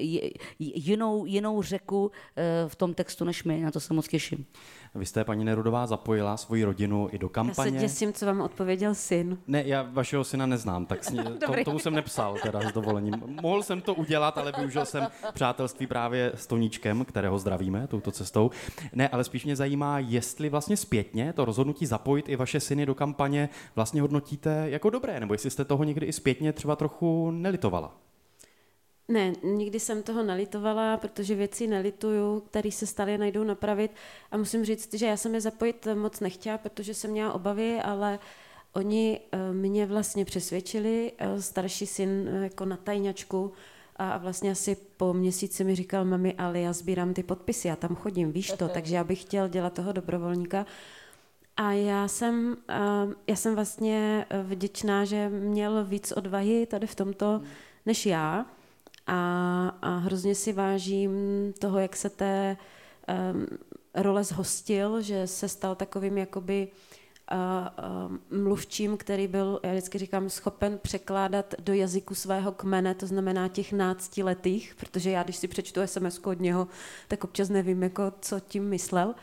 jinou, jinou řeku v tom textu než my, na to se moc těším. Vy jste, paní Nerudová, zapojila svoji rodinu i do kampaně. Já se děsím, co vám odpověděl syn. Ne, já vašeho syna neznám, tak to, tomu jsem nepsal teda s dovolením. Mohl jsem to udělat, ale využil jsem přátelství právě s Toníčkem, kterého zdravíme touto cestou. Ne, ale spíš mě zajímá, jestli vlastně zpětně to rozhodnutí zapojit i vaše syny do kampaně vlastně hodnotíte jako dobré, nebo jestli jste toho někdy i zpětně třeba trochu nelitovala. Ne, nikdy jsem toho nelitovala, protože věci nelituju, které se staly, najdou napravit. A musím říct, že já jsem je zapojit moc nechtěla, protože jsem měla obavy, ale oni mě vlastně přesvědčili. Starší syn jako na tajňačku a vlastně asi po měsíci mi říkal: mami, ale já sbírám ty podpisy, já tam chodím, víš to, takže já bych chtěl dělat toho dobrovolníka. A já jsem, já jsem vlastně vděčná, že měl víc odvahy tady v tomto než já. A, a hrozně si vážím toho, jak se té um, role zhostil, že se stal takovým jakoby uh, uh, mluvčím, který byl, já vždycky říkám, schopen překládat do jazyku svého kmene, to znamená těch náctiletých, protože já, když si přečtu es em esku od něho, tak občas nevím, jako, co tím myslel.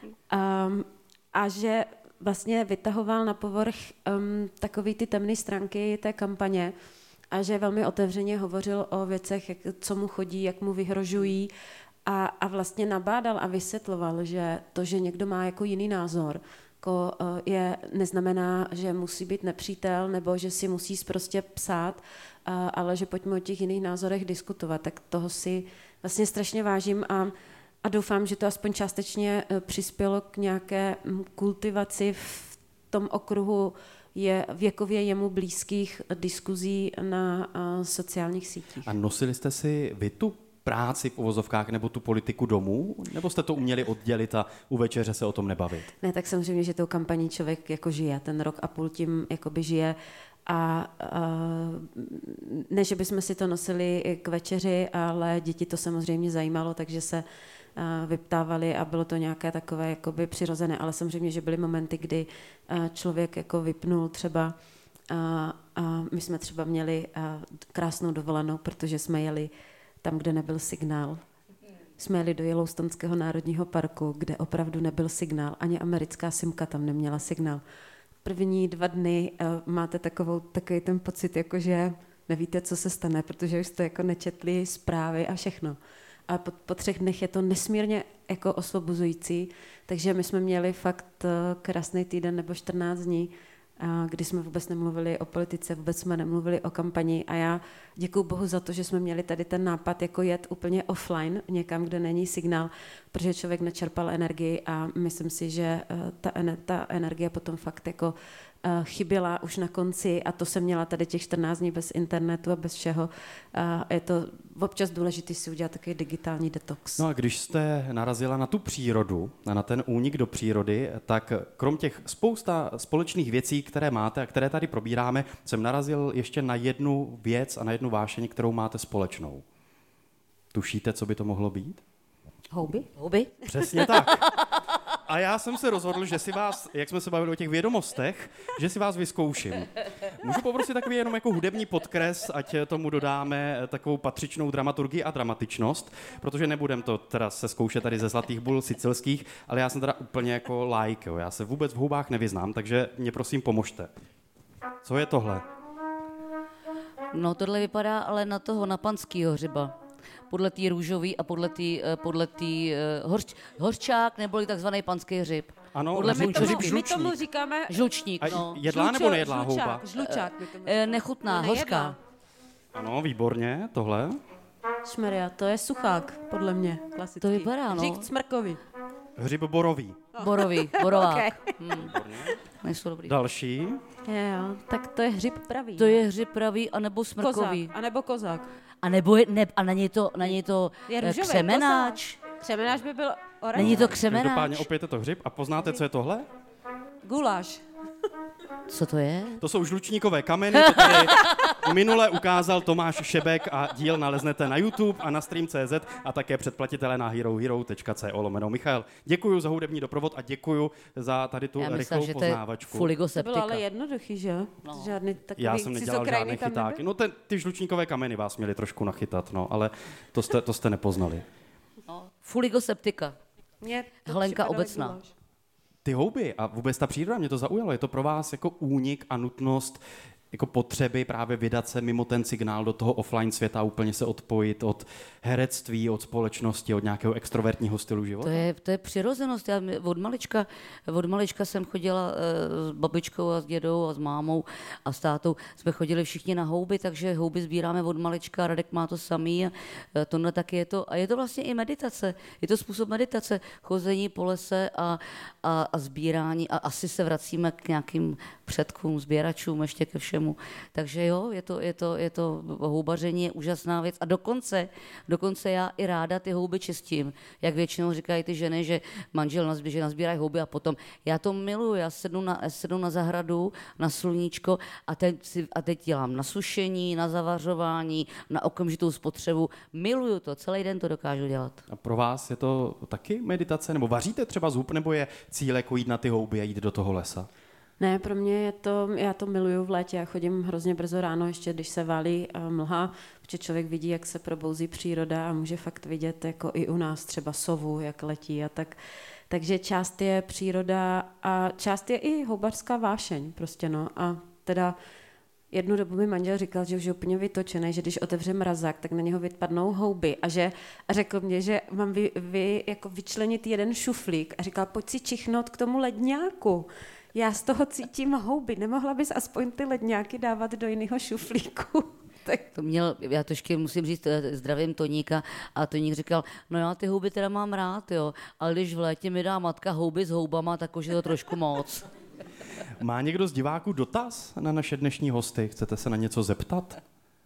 Um, a že vlastně vytahoval na povrch um, takový ty temné stránky té kampaně, a že velmi otevřeně hovořil o věcech, jak, co mu chodí, jak mu vyhrožují a, a vlastně nabádal a vysvětloval, že to, že někdo má jako jiný názor, jako je, neznamená, že musí být nepřítel nebo že si musí prostě psát, a, ale že pojďme o těch jiných názorech diskutovat. Tak toho si vlastně strašně vážím a, a doufám, že to aspoň částečně přispělo k nějaké kultivaci v tom okruhu je věkově jemu blízkých diskuzí na uh, sociálních sítích. A nosili jste si vy tu práci v uvozovkách nebo tu politiku domů? Nebo jste to uměli oddělit a u večeře se o tom nebavit? Ne, tak samozřejmě, že tou kampaní člověk jako žije. Ten rok a půl tím jakoby žije. A uh, ne, že bychom si to nosili k večeři, ale děti to samozřejmě zajímalo, takže se uh, vyptávali a bylo to nějaké takové jakoby přirozené. Ale samozřejmě, že byly momenty, kdy uh, člověk jako vypnul třeba uh, a my jsme třeba měli uh, krásnou dovolenou, protože jsme jeli tam, kde nebyl signál. Jsme jeli do Yellowstonského národního parku, kde opravdu nebyl signál. Ani americká simka tam neměla signál. První dva dny uh, máte takovou, takový ten pocit, jako že nevíte, co se stane, protože už jste jako nečetli zprávy a všechno. A po, po třech dnech je to nesmírně jako osvobozující, takže my jsme měli fakt uh, krásný týden nebo čtrnáct dní, uh, kdy jsme vůbec nemluvili o politice, vůbec jsme nemluvili o kampani a já děkuju Bohu za to, že jsme měli tady ten nápad jako jet úplně offline, někam, kde není signál, protože člověk načerpal energii a myslím si, že uh, ta, ta energie potom fakt jako uh, chyběla už na konci a to jsem měla tady těch čtrnáct dní bez internetu a bez všeho. Uh, je to občas důležité si udělat takový digitální detox. No a když jste narazila na tu přírodu a na ten únik do přírody, tak krom těch spousta společných věcí, které máte a které tady probíráme, jsem narazil ještě na jednu věc a na jednu vášeň, kterou máte společnou. Tušíte, co by to mohlo být? Houby? Houby? Přesně tak. A já jsem se rozhodl, že si vás, jak jsme se bavili o těch vědomostech, že si vás vyzkouším. Můžu poprosit takový jenom jako hudební podkres, ať tomu dodáme takovou patřičnou dramaturgii a dramatičnost, protože nebudem to teda se zkoušet tady ze Zlatých bul sicilských, ale já jsem teda úplně jako like, jo. Já se vůbec v houbách nevyznám, takže mě prosím pomožte. Co je tohle? No tohle vypadá ale na toho, na panskýho hřiba. Podle té růžový a podle té podle tý, uh, hoř, hořčák neboli takzvaný panský hřib. Ano, podle žluč, tomu, žluč, My žlučník. tomu říkáme Žlučník, A no. jedlá žlučo- nebo nejedlá žlučák, houba? Žlučák. my tomu E, říkáme. nechutná, No, hořká. nejedlá. Ano, výborně, tohle. Šmeria, to je suchák, podle mě, klasický. To vypadá, no. Hřích smrkový. Hřib borový. Borový, borovák. Okay. Hmm. Nejsou dobrý. Další. Jo, tak to je hřib pravý. To je hřib pravý, anebo smrkový. kozák, anebo kozák. A nebo je, ne, a není to, není to Je eh, růžový, křemenáč. Křemenáč by byl oranžový. Není to Každopádně křemenáč. opět je to hřib. A poznáte, co je tohle? Guláš. Co to je? To jsou žlučníkové kameny, to tady minule ukázal Tomáš Šebek a díl naleznete na YouTube a na stream tečka cé zet a také předplatitelé na herohero tečka co lomeno Michal. Děkuji za hudební doprovod a děkuji za tady tu Já rychlou myslím, že to je poznávačku. To fuligoseptika. bylo ale jednoduchý, že jo? No. Žádný takový Já jsem nedělal cizokrajný žádné tam chytáky. nebyl? No ten, ty žlučníkové kameny vás měli trošku nachytat, no, ale to jste, to jste nepoznali. Fuligoseptika. Mně to Helenka připadalo Obecná. guláš. Ty houby a vůbec ta příroda, mě to zaujalo. Je to pro vás jako únik a nutnost jako potřeby právě vydat se mimo ten signál do toho offline světa, úplně se odpojit od herectví, od společnosti, od nějakého extrovertního stylu života? To je, to je přirozenost. Já od malička, od malička jsem chodila e, s babičkou a s dědou a s mámou a s tátou. Jsme chodili všichni na houby, takže houby sbíráme od malička. Radek má to samý a e, tohle taky je to. A je to vlastně i meditace. Je to způsob meditace. Chození po lese a, a, a sbírání. A asi se vracíme k nějakým předkům, sběračům, ještě ke všemu. Takže jo, je to, je to, je to houbaření je úžasná věc. A dokonce, dokonce já i ráda ty houby čistím. Jak většinou říkají ty ženy, že manžel nazbí, že nazbírají houby a potom. Já to miluju, já sednu na, sednu na zahradu, na sluníčko a teď, si, a teď dělám na sušení, na zavařování, na okamžitou spotřebu. Miluju to, celý den to dokážu dělat. A pro vás je to taky meditace? Nebo vaříte třeba zub, nebo je cíl jako jít na ty houby a jít do toho lesa? Ne, pro mě je to, já to miluju v létě, já chodím hrozně brzo ráno, ještě když se válí mlha, protože člověk vidí, jak se probouzí příroda a může fakt vidět jako i u nás třeba sovu, jak letí a tak. Takže část je příroda a část je i houbařská vášeň prostě no a teda jednu dobu mi manžel říkal, že už je úplně vytočený, že když otevře mrazák, tak na něho vypadnou houby a, že, a řekl mě, že mám vy, vy, jako vyčlenit jeden šuflík a říkal, pojď si čichnout k tomu ledňáku. Já z toho cítím houby. Nemohla bys aspoň ty ledňáky dávat do jiného šuflíku? Tak. To měl, já trošku musím říct, zdravím Toníka a Toník říkal, no já ty houby teda mám rád, jo, ale když v létě mi dá matka houby s houbama, tak už je to trošku moc. Má někdo z diváků dotaz na naše dnešní hosty? Chcete se na něco zeptat?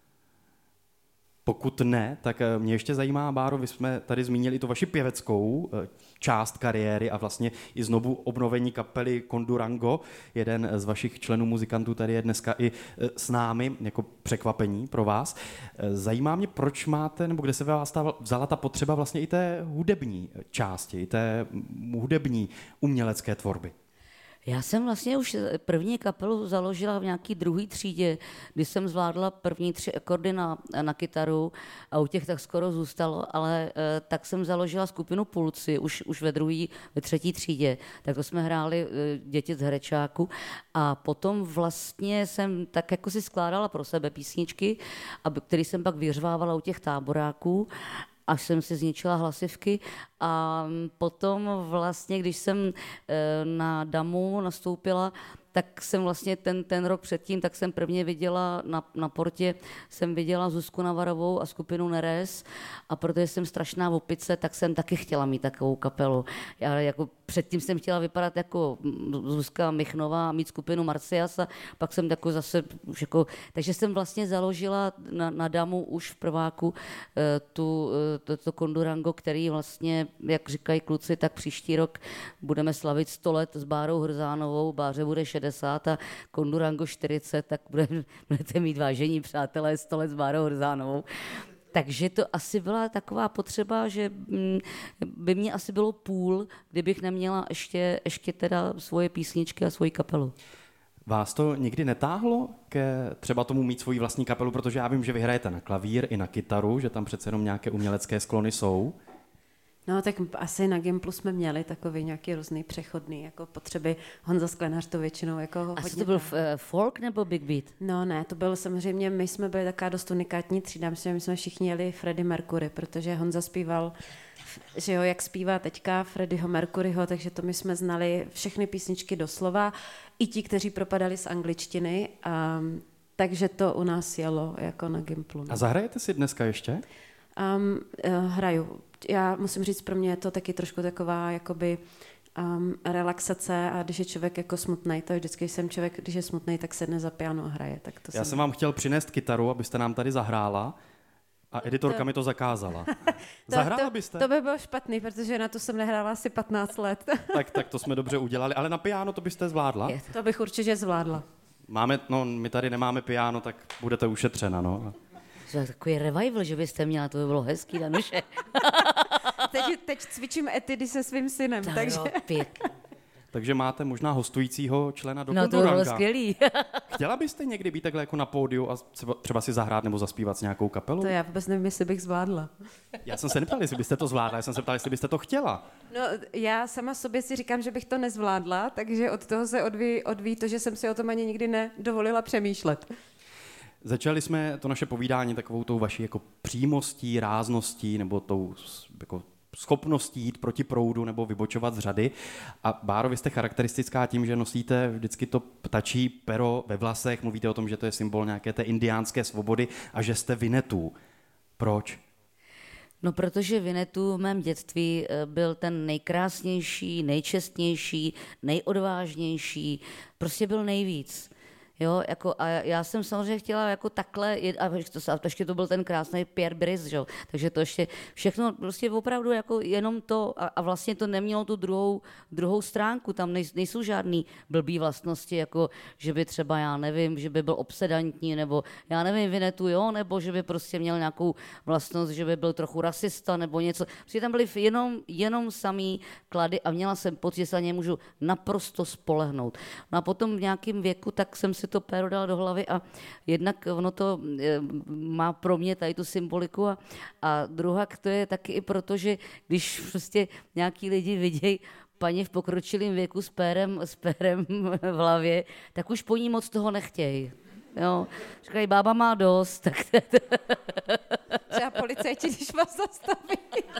Pokud ne, tak mě ještě zajímá, Báro, vy jsme tady zmínili tu vaši pěveckou část kariéry a vlastně i znovu obnovení kapely Kondurango. Jeden z vašich členů muzikantů tady je dneska i s námi, jako překvapení pro vás. Zajímá mě, proč máte, nebo kde se ve vás vzala ta potřeba vlastně i té hudební části, i té hudební umělecké tvorby? Já jsem vlastně už první kapelu založila v nějaký druhý třídě, kdy jsem zvládla první tři akordy na, na kytaru a u těch tak skoro zůstalo, ale eh, tak jsem založila skupinu Pulci už, už ve druhé, ve třetí třídě. Tak to jsme hráli eh, děti z herečáku a potom vlastně jsem tak jako si skládala pro sebe písničky, které jsem pak vyřvávala u těch táboráků, až jsem si zničila hlasivky a potom vlastně, když jsem na Damu nastoupila, tak jsem vlastně ten, ten rok předtím, tak jsem prvně viděla na, na portě, jsem viděla Zuzku Navarovou a skupinu Neres a protože jsem strašná opice, tak jsem taky chtěla mít takovou kapelu. Já jako předtím jsem chtěla vypadat jako Zuzka Michnová a mít skupinu Marcias a pak jsem takovou zase už jako, takže jsem vlastně založila na, na Damu už v prváku tu, to, to Kondurango, který vlastně, jak říkají kluci, tak příští rok budeme slavit sto let s Bárou Hrzánovou, Báře bude šedesát a Kondurango čtyřicet, tak budete mít vážení přátelé sto let s Bárou Hrzánovou. Takže to asi byla taková potřeba, že mm, by mě asi bylo půl, kdybych neměla ještě, ještě teda svoje písničky a svoji kapelu. Vás to nikdy netáhlo ke třeba tomu mít svoji vlastní kapelu, protože já vím, že vy hrajete na klavír i na kytaru, že tam přece jenom nějaké umělecké sklony jsou. No tak asi na Gimplu jsme měli takový nějaký různý přechodný jako potřeby. Honza Sklenář to většinou jako hodně... Asi to byl uh, folk nebo Big Beat? No ne, to byl samozřejmě, my jsme byli taková dost unikátní třída, myslím, že my jsme všichni jeli Freddie Mercury, protože Honza zpíval, že jo, jak zpívá teďka Freddieho Mercuryho, takže to my jsme znali všechny písničky doslova, i ti, kteří propadali z angličtiny, a, takže to u nás jelo jako na Gimplu. No. A zahrajete si dneska ještě? Um, uh, hraju. Já musím říct, pro mě je to taky trošku taková jakoby um, relaxace a když je člověk jako smutnej, to vždycky jsem člověk, když je smutnej, tak sedne za piano a hraje. Tak to Já jsem vám chtěl přinést kytaru, abyste nám tady zahrála a editorka to... mi to zakázala. to, Zahrála to, byste? To by bylo špatný, protože na to jsem nehrála asi patnáct let. tak, tak to jsme dobře udělali, ale na piano to byste zvládla? To bych určitě zvládla. Máme, no, my tady nemáme piano, tak budete ušetřena, no. To je takový revival, že byste měla, to by bylo hezký, Danuše. teď, teď cvičím etidy se svým synem, To takže... jo, pěkně. Takže máte možná hostujícího člena do No to Konduranga. bylo skvělý. Chtěla byste někdy být takhle jako na pódiu a třeba, třeba si zahrát nebo zaspívat s nějakou kapelou? To já vůbec nevím, jestli bych zvládla. Já jsem se neptal, jestli byste to zvládla, já jsem se ptal, jestli byste to chtěla. No, já sama sobě si říkám, že bych to nezvládla, takže od toho se odvíjí, odvíjí to, že jsem si o tom ani nikdy nedovolila přemýšlet. Začali jsme to naše povídání takovou tou vaší jako přímostí, rázností nebo tou jako schopností jít proti proudu nebo vybočovat z řady. A Báro, vy jste charakteristická tím, že nosíte vždycky to ptačí pero ve vlasech, mluvíte o tom, že to je symbol nějaké té indiánské svobody a že jste Winnetou. Proč? No, protože Winnetou v mém dětství byl ten nejkrásnější, nejčestnější, nejodvážnější, prostě byl nejvíc. Jo, jako a já jsem samozřejmě chtěla jako takhle, a ještě to byl ten krásný Pierre Brice, že jo, takže to ještě všechno prostě opravdu jako jenom to a, a vlastně to nemělo tu druhou, druhou stránku, tam nej, nejsou žádný blbý vlastnosti, jako že by třeba, já nevím, že by byl obsedantní, nebo já nevím, Winnetou, jo, nebo že by prostě měl nějakou vlastnost, že by byl trochu rasista, nebo něco, protože tam byly jenom, jenom samý klady a měla jsem pocit, že se na ně můžu naprosto spolehnout. No a potom v nějakém věku, tak jsem si to péro dala do hlavy a jednak ono to e, má pro mě tady tu symboliku a, a druhá to je taky i proto, že když prostě nějaký lidi vidějí paní v pokročilém věku s pérem, s pérem v hlavě, tak už po ní moc toho nechtějí. Jo, říkají, bába má dost. Tak... Třeba policajti, když vás zastaví.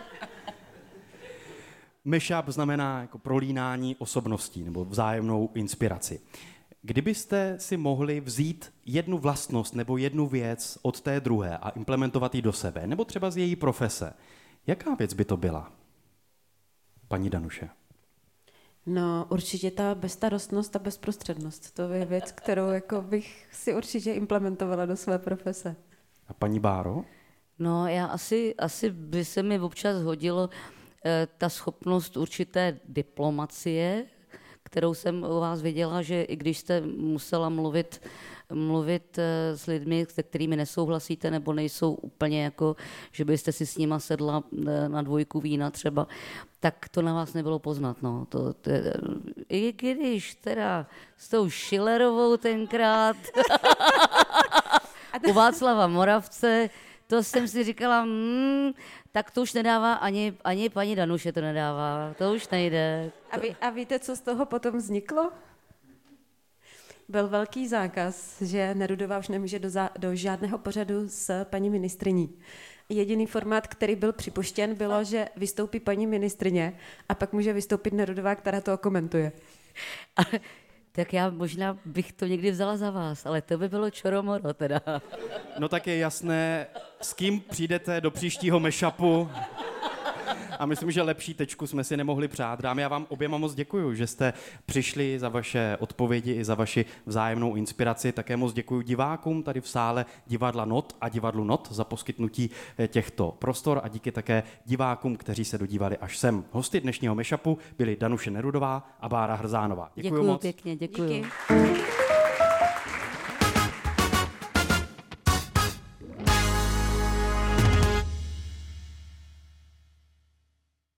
Mashup znamená jako prolínání osobností nebo vzájemnou inspiraci. Kdybyste si mohli vzít jednu vlastnost nebo jednu věc od té druhé a implementovat ji do sebe, nebo třeba z její profese, jaká věc by to byla? Paní Danuše. No, určitě ta bezstarostnost a bezprostřednost. To je věc, kterou jako bych si určitě implementovala do své profese. A paní Báro? No, já asi, asi by se mi občas hodilo eh, ta schopnost určité diplomacie, kterou jsem u vás viděla, že i když jste musela mluvit, mluvit s lidmi, se kterými nesouhlasíte, nebo nejsou úplně jako, že byste si s nima sedla na dvojku vína třeba, tak to na vás nebylo poznat. No. To, to, I když teda s tou Schillerovou tenkrát u Václava Moravce, to jsem si říkala, hmm, tak to už nedává, ani, ani paní Danuše to nedává, to už nejde. A, ví, a víte, co z toho potom vzniklo? Byl velký zákaz, že Nerudová už nemůže do, za, do žádného pořadu s paní ministryní. Jediný formát, který byl připuštěn, bylo, že vystoupí paní ministryně a pak může vystoupit Nerudová, která to komentuje. A, tak já možná bych to někdy vzala za vás, ale to by bylo čoromoro teda. No tak je jasné, s kým přijdete do příštího mashupu. A myslím, že lepší tečku jsme si nemohli přát. Dámy, já vám oběma moc děkuju, že jste přišli, za vaše odpovědi i za vaši vzájemnou inspiraci. Také moc děkuju divákům tady v sále divadla Not a divadlu Not za poskytnutí těchto prostor a díky také divákům, kteří se dodívali až sem. Hosty dnešního mashupu byly Danuše Nerudová a Bára Hrzánová. Děkuju, děkuju moc. Pěkně, děkuju. Díky.